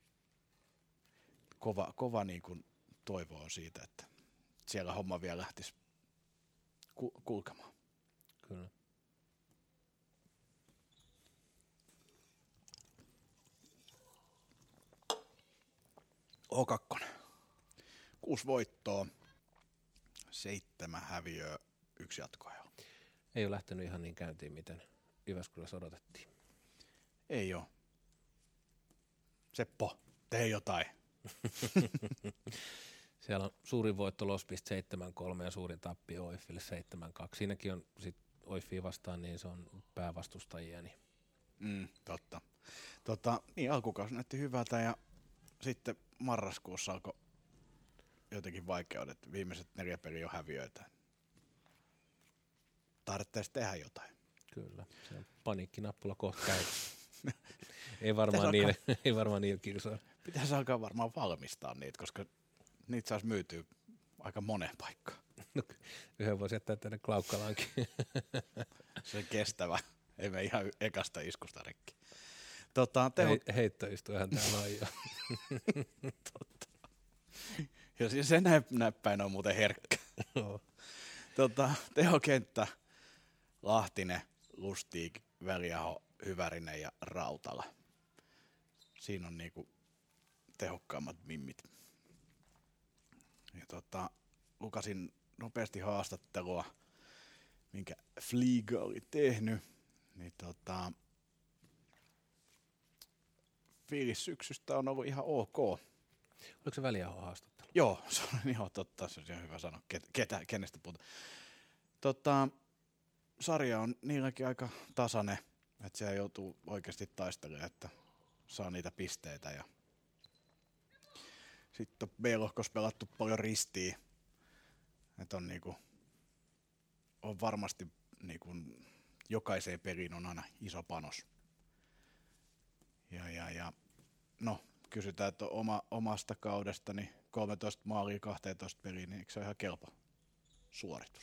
[SPEAKER 2] Kova, kova niin kuin toivo on siitä, että siellä homma vielä lähtisi ku- kulkemaan.
[SPEAKER 1] Kyllä.
[SPEAKER 2] O kaksi. Kuusi voittoa, seitsemän häviöä, yksi jatkoajo.
[SPEAKER 1] Ei ole lähtenyt ihan niin käyntiin, miten Jyväskylässä odotettiin.
[SPEAKER 2] Ei oo. Seppo, tee jotain.
[SPEAKER 1] Siellä on suurin voitto Lospista seitsemän kolme ja suurin tappio Oiffille seitsemän kaksi. Siinäkin on sit Oiffia vastaan, niin se on päävastustajia. Niin.
[SPEAKER 2] Mm, totta. Tota, niin alkukausi näytti hyvältä ja sitten marraskuussa alkoi jotenkin vaikeudet. Viimeiset neljä peliä on häviöitä. Tarvitsisi tehdä jotain.
[SPEAKER 1] Kyllä, se on paniikkinappula kohta käy. ei, varmaan niille, ei varmaan niille kilsoa.
[SPEAKER 2] Pitäisi alkaa varmaan valmistaa niitä, koska niitä saisi myytyä aika moneen paikkaan.
[SPEAKER 1] No, yhden voisi jättää tänne Klaukkalaankin.
[SPEAKER 2] Se on kestävä. Ei me ihan ekasta iskusta rikki. Tota, teho...
[SPEAKER 1] He, heittoistujahan täällä on jo.
[SPEAKER 2] Totta. Ja siis se näppäin on muuten herkkä. tota, tehokenttä, Lahtinen, Lustig, Väliaho, Hyvärinen ja Rautala. Siinä on niinku tehokkaammat mimmit. Ja tota, lukasin nopeasti haastattelua, minkä Fliega oli tehnyt. Niin tota, fiilis syksystä on ollut ihan ok.
[SPEAKER 1] Oliko se Väliaho haastattelu?
[SPEAKER 2] Joo, se on ihan totta, se on ihan hyvä sanoa, ketä, kenestä puhutaan. Tota, sarja on niilläkin aika tasainen, että siellä joutuu oikeasti taistelemaan, että saa niitä pisteitä. Ja sitten on B-lohkossa pelattu paljon ristiin, että on, niinku, on varmasti niinku, jokaiseen peliin on aina iso panos. Ja, ja, ja no, kysytään, että oma, omasta kaudesta niin kolmetoista maalia kaksitoista peliin, niin eikö se ole ihan kelpo suoritus?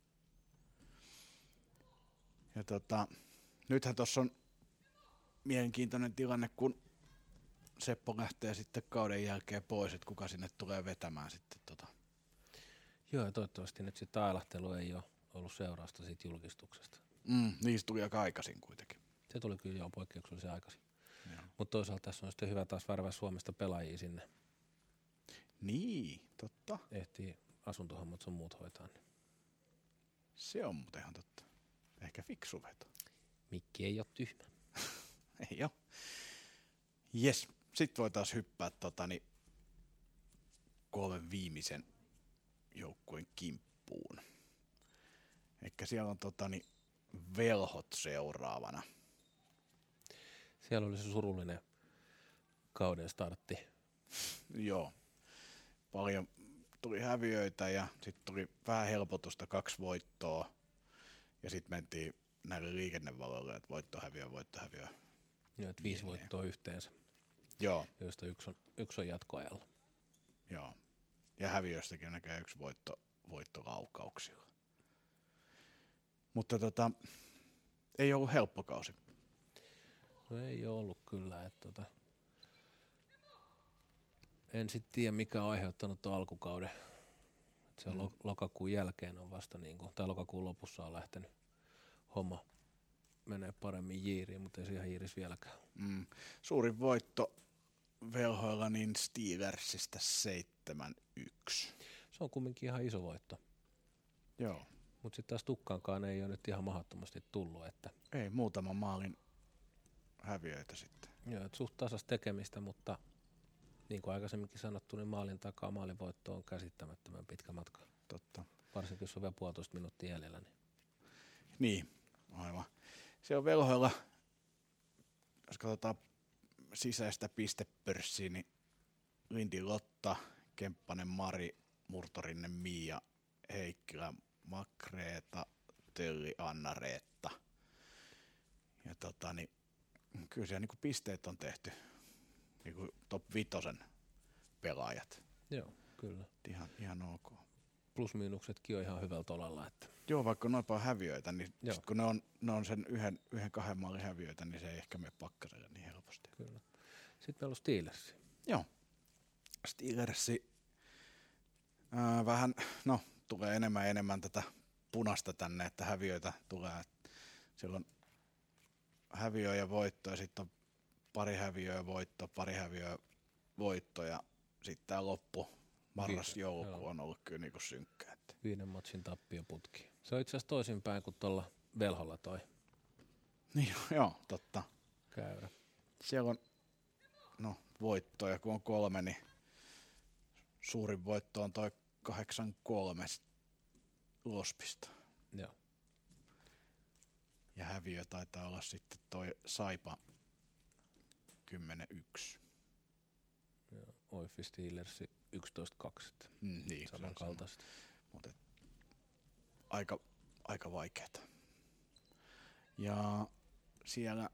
[SPEAKER 2] Ja tota, nythän tuossa on mielenkiintoinen tilanne, kun Seppo lähtee sitten kauden jälkeen pois, että kuka sinne tulee vetämään sitten tota.
[SPEAKER 1] Joo, ja toivottavasti nyt sitten ailahtelu ei ole ollut seurausta siitä julkistuksesta.
[SPEAKER 2] Mm, niistä tuli aika aikaisin kuitenkin.
[SPEAKER 1] Se tuli kyllä jo poikkeuksellisen aikaisin. Mutta toisaalta tässä on sitten hyvä taas värvää Suomesta pelaajia sinne.
[SPEAKER 2] Niin, totta.
[SPEAKER 1] Ehtii asuntohommat sun muut hoitaa. Niin.
[SPEAKER 2] Se on muuten ihan totta. Ehkä fiksu veto.
[SPEAKER 1] Mikki ei ole tyhmä.
[SPEAKER 2] Ei oo. Jes, sit voi taas hyppää tota, niin, kolmen viimeisen joukkueen kimppuun. Eikä siellä on tota, niin, Velhot seuraavana.
[SPEAKER 1] Siellä oli se surullinen kauden startti.
[SPEAKER 2] Joo. Paljon tuli häviöitä ja sitten tuli vähän helpotusta, kaksi voittoa. Ja sitten mentiin näille liikennevaloille, että voitto häviö, voitto häviö.
[SPEAKER 1] Joo, että viisi voittoa yhteensä.
[SPEAKER 2] Joo.
[SPEAKER 1] Joista yksi on, yksi on jatkoajalla.
[SPEAKER 2] Joo. Ja häviöistäkin näkee yksi voitto, voitto laukauksilla. Mutta tota, ei ollut helppo kausi.
[SPEAKER 1] No ei ole ollut kyllä. Että tota, en sitten tiedä, mikä on aiheuttanut tuon alkukauden. Et se mm. lokakuun jälkeen on vasta, niin kuin, tai lokakuun lopussa on lähtenyt homma menee paremmin jiiriin, mutta ei se ihan jiiris vieläkään.
[SPEAKER 2] Mm. Suurin voitto velhoilla niin Steelersistä seitsemän yksi.
[SPEAKER 1] Se on kumminkin ihan iso voitto.
[SPEAKER 2] Joo.
[SPEAKER 1] Mutta sitten taas Tukkaankaan ei ole nyt ihan mahdottomasti tullut. Että
[SPEAKER 2] ei, muutaman maalin häviöitä sitten.
[SPEAKER 1] Joo, että suht tasas tekemistä, mutta niin kuin aikaisemminkin sanottu, niin maalin takaa maalinvoitto on käsittämättömän pitkä matka.
[SPEAKER 2] Totta.
[SPEAKER 1] Varsinkin jos on vielä puolitoista minuuttia jäljellä. Niin,
[SPEAKER 2] niin aivan. Se on velhoilla, jos katsotaan sisäistä pistepörssiä, niin Lindi Lotta, Kemppanen Mari, Murtorinne Miia, Heikkilä Makreeta, Tölli Anna-Reetta. Ja tota, niin, kyllä siellä niin pisteet on tehty, niin kuin top vitosen pelaajat.
[SPEAKER 1] Joo, kyllä.
[SPEAKER 2] Ihan, ihan ok.
[SPEAKER 1] Plus-miinuksetkin on ihan hyvällä tolalla. Että
[SPEAKER 2] joo, vaikka noin paljon häviöitä, niin sit kun ne on, ne on sen yhden, yhden kahden maalin häviöitä, niin se ei ehkä mene pakkaselle niin helposti.
[SPEAKER 1] Kyllä. Sitten meillä on Steelers.
[SPEAKER 2] Joo. Steelersi ää, vähän, no tulee enemmän ja enemmän tätä punasta tänne, että häviöitä tulee. Siellä on häviö ja voitto ja sitten on pari häviöä ja voitto, pari häviöä ja voitto ja sitten tämä loppu, marras-joulukuu on ollut kyllä niinku synkkää.
[SPEAKER 1] Viiden matsin tappioputki. Se on itse asiassa toisinpäin kuin tuolla velholla toi.
[SPEAKER 2] Niin, joo, totta.
[SPEAKER 1] Käyrä.
[SPEAKER 2] Siellä on no, voittoja, kun on kolme, niin suurin voitto on toi kahdeksan kolme Lospista.
[SPEAKER 1] Joo.
[SPEAKER 2] Ja häviö taitaa olla sitten toi Saipa kymmenen yksi.
[SPEAKER 1] Joo, Oifi Steelersi yksitoista kaksi.
[SPEAKER 2] Mm, niin,
[SPEAKER 1] samankaltaista.
[SPEAKER 2] Mutta aika, aika vaikeeta. Ja siellä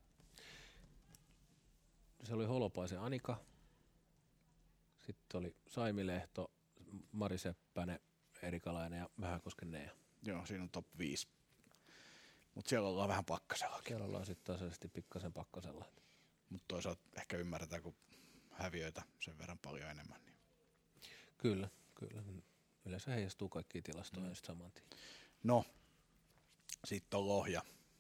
[SPEAKER 1] se oli Holopaisen Anika, sitten oli Saimi Lehto, Mari Seppänen, Erikalainen ja Vähäkosken Nea.
[SPEAKER 2] Joo, siinä on top viisi. Mutta siellä ollaan vähän pakkasellakin.
[SPEAKER 1] Siellä ollaan sitten tasaisesti pikkasen pakkasella.
[SPEAKER 2] Mutta toisaalta ehkä ymmärretään, kun häviöitä sen verran paljon enemmän. Niin.
[SPEAKER 1] Kyllä, kyllä. Yleensä heijastuu kaikkia tilastoja mm. saman tien.
[SPEAKER 2] No, sitten on Lohja.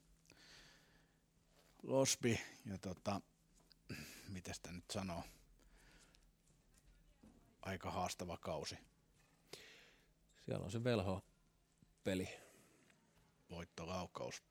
[SPEAKER 2] Losby ja tota, miten sitä nyt sanoo, aika haastava kausi.
[SPEAKER 1] Siellä on se velho-peli.
[SPEAKER 2] Voittolaukaus.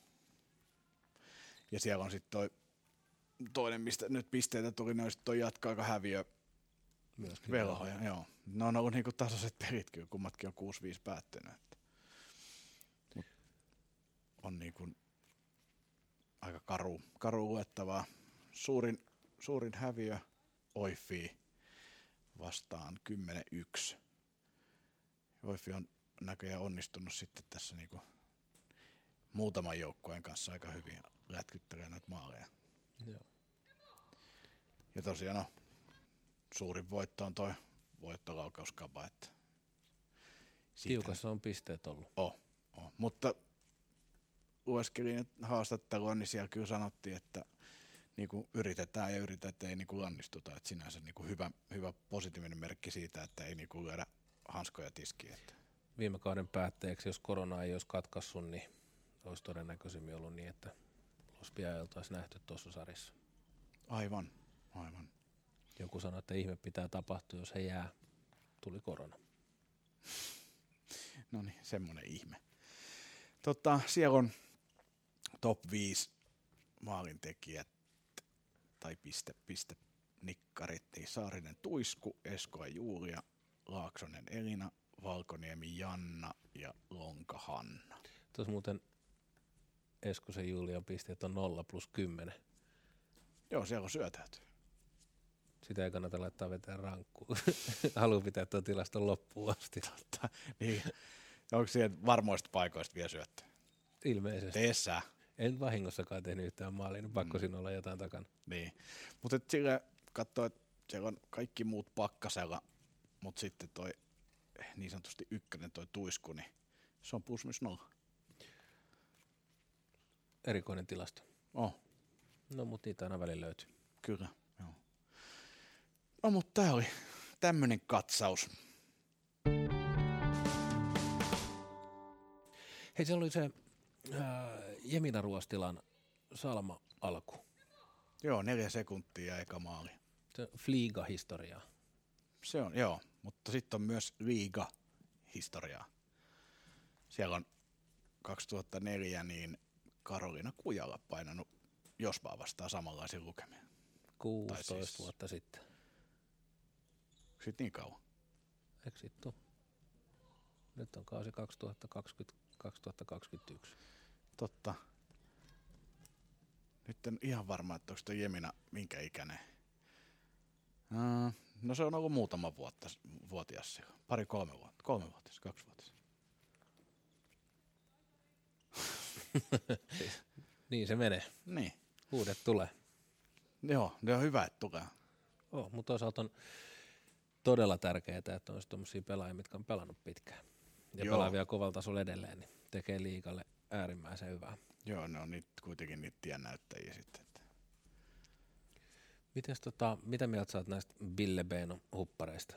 [SPEAKER 2] Ja siellä on sitten toi toinen, mistä nyt pisteitä tuli, ne on sitten toi jatko-aika häviö.
[SPEAKER 1] Myöskin
[SPEAKER 2] velhoja, joo. Ne on ollut niinku tasaiset pelit kyllä, kummatkin on kuusi viisi päättynyt. Että. Mut on niinku aika karu, karu luettavaa. Suurin, suurin häviö Oifi vastaan kymmenen yksi. Oifi on näköjään onnistunut sitten tässä niinku muutaman joukkueen kanssa aika hyvin lätkyttelee näitä maaleja.
[SPEAKER 1] Joo.
[SPEAKER 2] Ja tosiaan no, suurin voitto on toi voittolaukauskapa. Että
[SPEAKER 1] tiukassa on pisteet ollut.
[SPEAKER 2] Oh, oh. Mutta lueskelin haastattelua, niin siellä kyllä sanottiin, että niinku yritetään ja yritetään, ei niinku lannistuta. Että sinänsä niinku hyvä, hyvä positiivinen merkki siitä, että ei niinku lyödä hanskoja tiskiin. Että.
[SPEAKER 1] Viime kauden päätteeksi, jos korona ei olisi katkaissut, niin olisi todennäköisemmin ollut niin, että Lospia ei oltaisi nähty tuossa sarjassa.
[SPEAKER 2] Aivan, aivan.
[SPEAKER 1] Joku sanoi, että ihme pitää tapahtua, jos he jää. Tuli korona.
[SPEAKER 2] No niin, semmoinen ihme. Tota, siellä on top viisi maalintekijät tai piste, piste nikkarit, niin Saarinen Tuisku, Esko ja Julia, Laaksonen Elina, Valkoniemi Janna ja Lonka Hanna.
[SPEAKER 1] Tuossa muuten Eskosen Julian pisteet on nolla plus kymmenen.
[SPEAKER 2] Joo, siellä on syötäyty.
[SPEAKER 1] Sitä ei kannata laittaa vetää rankkuun. Haluan pitää tuon tilaston loppuun asti.
[SPEAKER 2] Totta, niin. Onko siellä varmoista paikoista vielä syöttöä?
[SPEAKER 1] Ilmeisesti.
[SPEAKER 2] Teessä.
[SPEAKER 1] En vahingossakaan tehnyt yhtään maalia, niin pakko mm. siinä olla jotain takana.
[SPEAKER 2] Niin, mutta sille katsoo, että siellä on kaikki muut pakkasella, mutta sitten toi niin sanotusti ykkönen toi tuisku, niin se on plus minus nolla.
[SPEAKER 1] Erikoinen tilasto.
[SPEAKER 2] Oh.
[SPEAKER 1] No, mutta niitä aina välillä löytyy.
[SPEAKER 2] Kyllä, joo. No, mutta tää oli tämmönen katsaus.
[SPEAKER 1] Hei, se oli se äh, Jemina Ruostilan salma alku.
[SPEAKER 2] Joo, neljä sekuntia eka maali.
[SPEAKER 1] Se Fliiga-historiaa.
[SPEAKER 2] Se on, joo, mutta sitten on myös Liiga-historiaa. Siellä on kaksituhattaneljä niin Karoliina Kujala painanut Jospaa vastaan samanlaisia lukemia.
[SPEAKER 1] kuusitoista
[SPEAKER 2] siis
[SPEAKER 1] vuotta sitten.
[SPEAKER 2] Sitten niin kauan.
[SPEAKER 1] Eikö sit tuu? Nyt on kausi kaksituhattakaksikymmentä kaksituhattakaksikymmentäyksi.
[SPEAKER 2] Totta. Nyt en ihan varma, että onko tuo Jemina minkä ikäinen. Uh, no se on ollut muutama vuotta, vuotias siellä. Pari kolme vuotta. Kolme vuotias, kaksi vuotias.
[SPEAKER 1] Niin se menee.
[SPEAKER 2] Niin.
[SPEAKER 1] Uudet tulee.
[SPEAKER 2] Joo, ne on hyvä, että tulee.
[SPEAKER 1] Oh, mutta toisaalta on todella tärkeää, että on tuommoisia pelaajia, mitkä on pelannut pitkään. Ja
[SPEAKER 2] Joo.
[SPEAKER 1] pelaa vielä kovalla tasolla edelleen, niin tekee liigalle äärimmäisen hyvää.
[SPEAKER 2] Joo, ne on niitä, kuitenkin niitä tiennäyttäjiä sitten.
[SPEAKER 1] Mites tota, mitä mieltä sä oot näistä Ville Beino huppareista?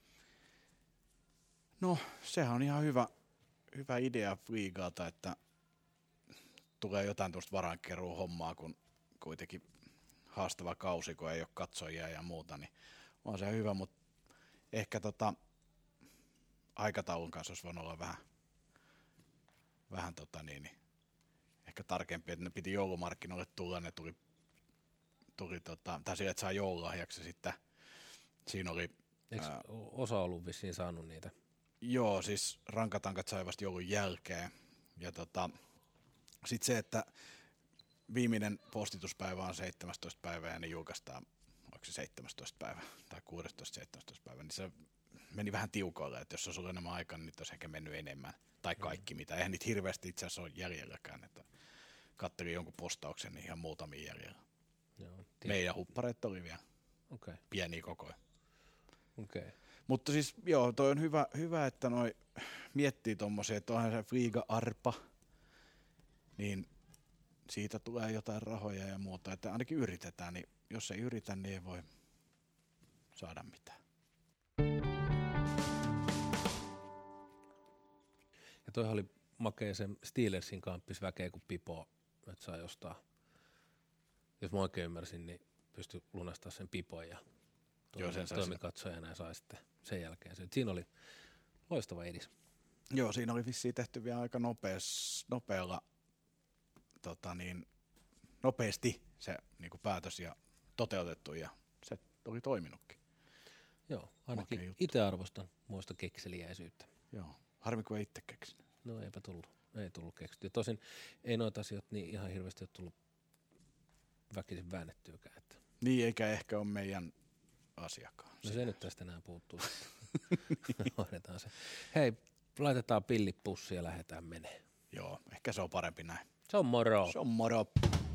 [SPEAKER 2] No, sehän on ihan hyvä, hyvä idea Liigalta, että tulee jotain tuosta varainkeruun hommaa, kun kuitenkin haastava kausi, kun ei ole katsojia ja muuta, niin on se hyvä, mutta ehkä tota, aikataulun kanssa olisi voinut olla vähän, vähän tota niin, niin, ehkä tarkempi, että ne piti joulumarkkinoille tulla, ne tuli, tuli tota, tai sille, että saa joululahjaksi sitten siinä oli...
[SPEAKER 1] Eikö
[SPEAKER 2] ää,
[SPEAKER 1] osa ollut vissiin saanut niitä?
[SPEAKER 2] Joo, siis rankatankat sai vasta joulun jälkeen. Ja tota, sitten se, että viimeinen postituspäivä on seitsemästoista päivä ja ne julkaistaan, onko se seitsemästoista päivä tai kuusitoista seitsemästoista päivä, niin se meni vähän tiukoille, että jos olisi ollut enemmän aikaa, niin olisi ehkä mennyt enemmän. Tai kaikki mitä. Eihän niitä hirveästi itse asiassa ole jäljelläkään, että katselin jonkun postauksen, niin ihan muutamia jäljellä.
[SPEAKER 1] Joo,
[SPEAKER 2] meidän huppareet oli vielä
[SPEAKER 1] okay.
[SPEAKER 2] pieniä kokoja.
[SPEAKER 1] Okay.
[SPEAKER 2] Mutta siis joo, toi on hyvä, hyvä että noi miettii tommosia, että onhan se Fliiga Arpa, niin siitä tulee jotain rahoja ja muuta, että ainakin yritetään, niin jos ei yritä, niin ei voi saada mitään.
[SPEAKER 1] Ja toihan oli makea sen Steelersin kamppis väkeä kuin pipo, että saa jostain, jos mä oikein ymmärsin, niin pystyi lunastamaan sen pipon ja toimikatsojana ja sai sitten sen jälkeen. Siinä oli loistava edis.
[SPEAKER 2] Joo, siinä oli vissiin tehty vielä aika nopeas, nopealla, tota niin, nopeasti se niin kuin päätös ja toteutettu ja se oli toiminutkin.
[SPEAKER 1] Joo, ainakin itse arvostan muista kekseliäisyyttä.
[SPEAKER 2] Joo, harmi kun ei itse keksinyt.
[SPEAKER 1] No eipä tullut, ei tullut keksittyä. Tosin ei noita asioita niin ihan hirveästi ole tullut väkisin väännettyäkään. Että.
[SPEAKER 2] Niin, eikä ehkä ole meidän asiakkaan.
[SPEAKER 1] No se nyt tästä enää puuttuu. Hoidetaan se. Hei, laitetaan pillit pussiin ja lähdetään menee.
[SPEAKER 2] Joo, ehkä se on parempi näin.
[SPEAKER 1] Se on moro.
[SPEAKER 2] Se on moro.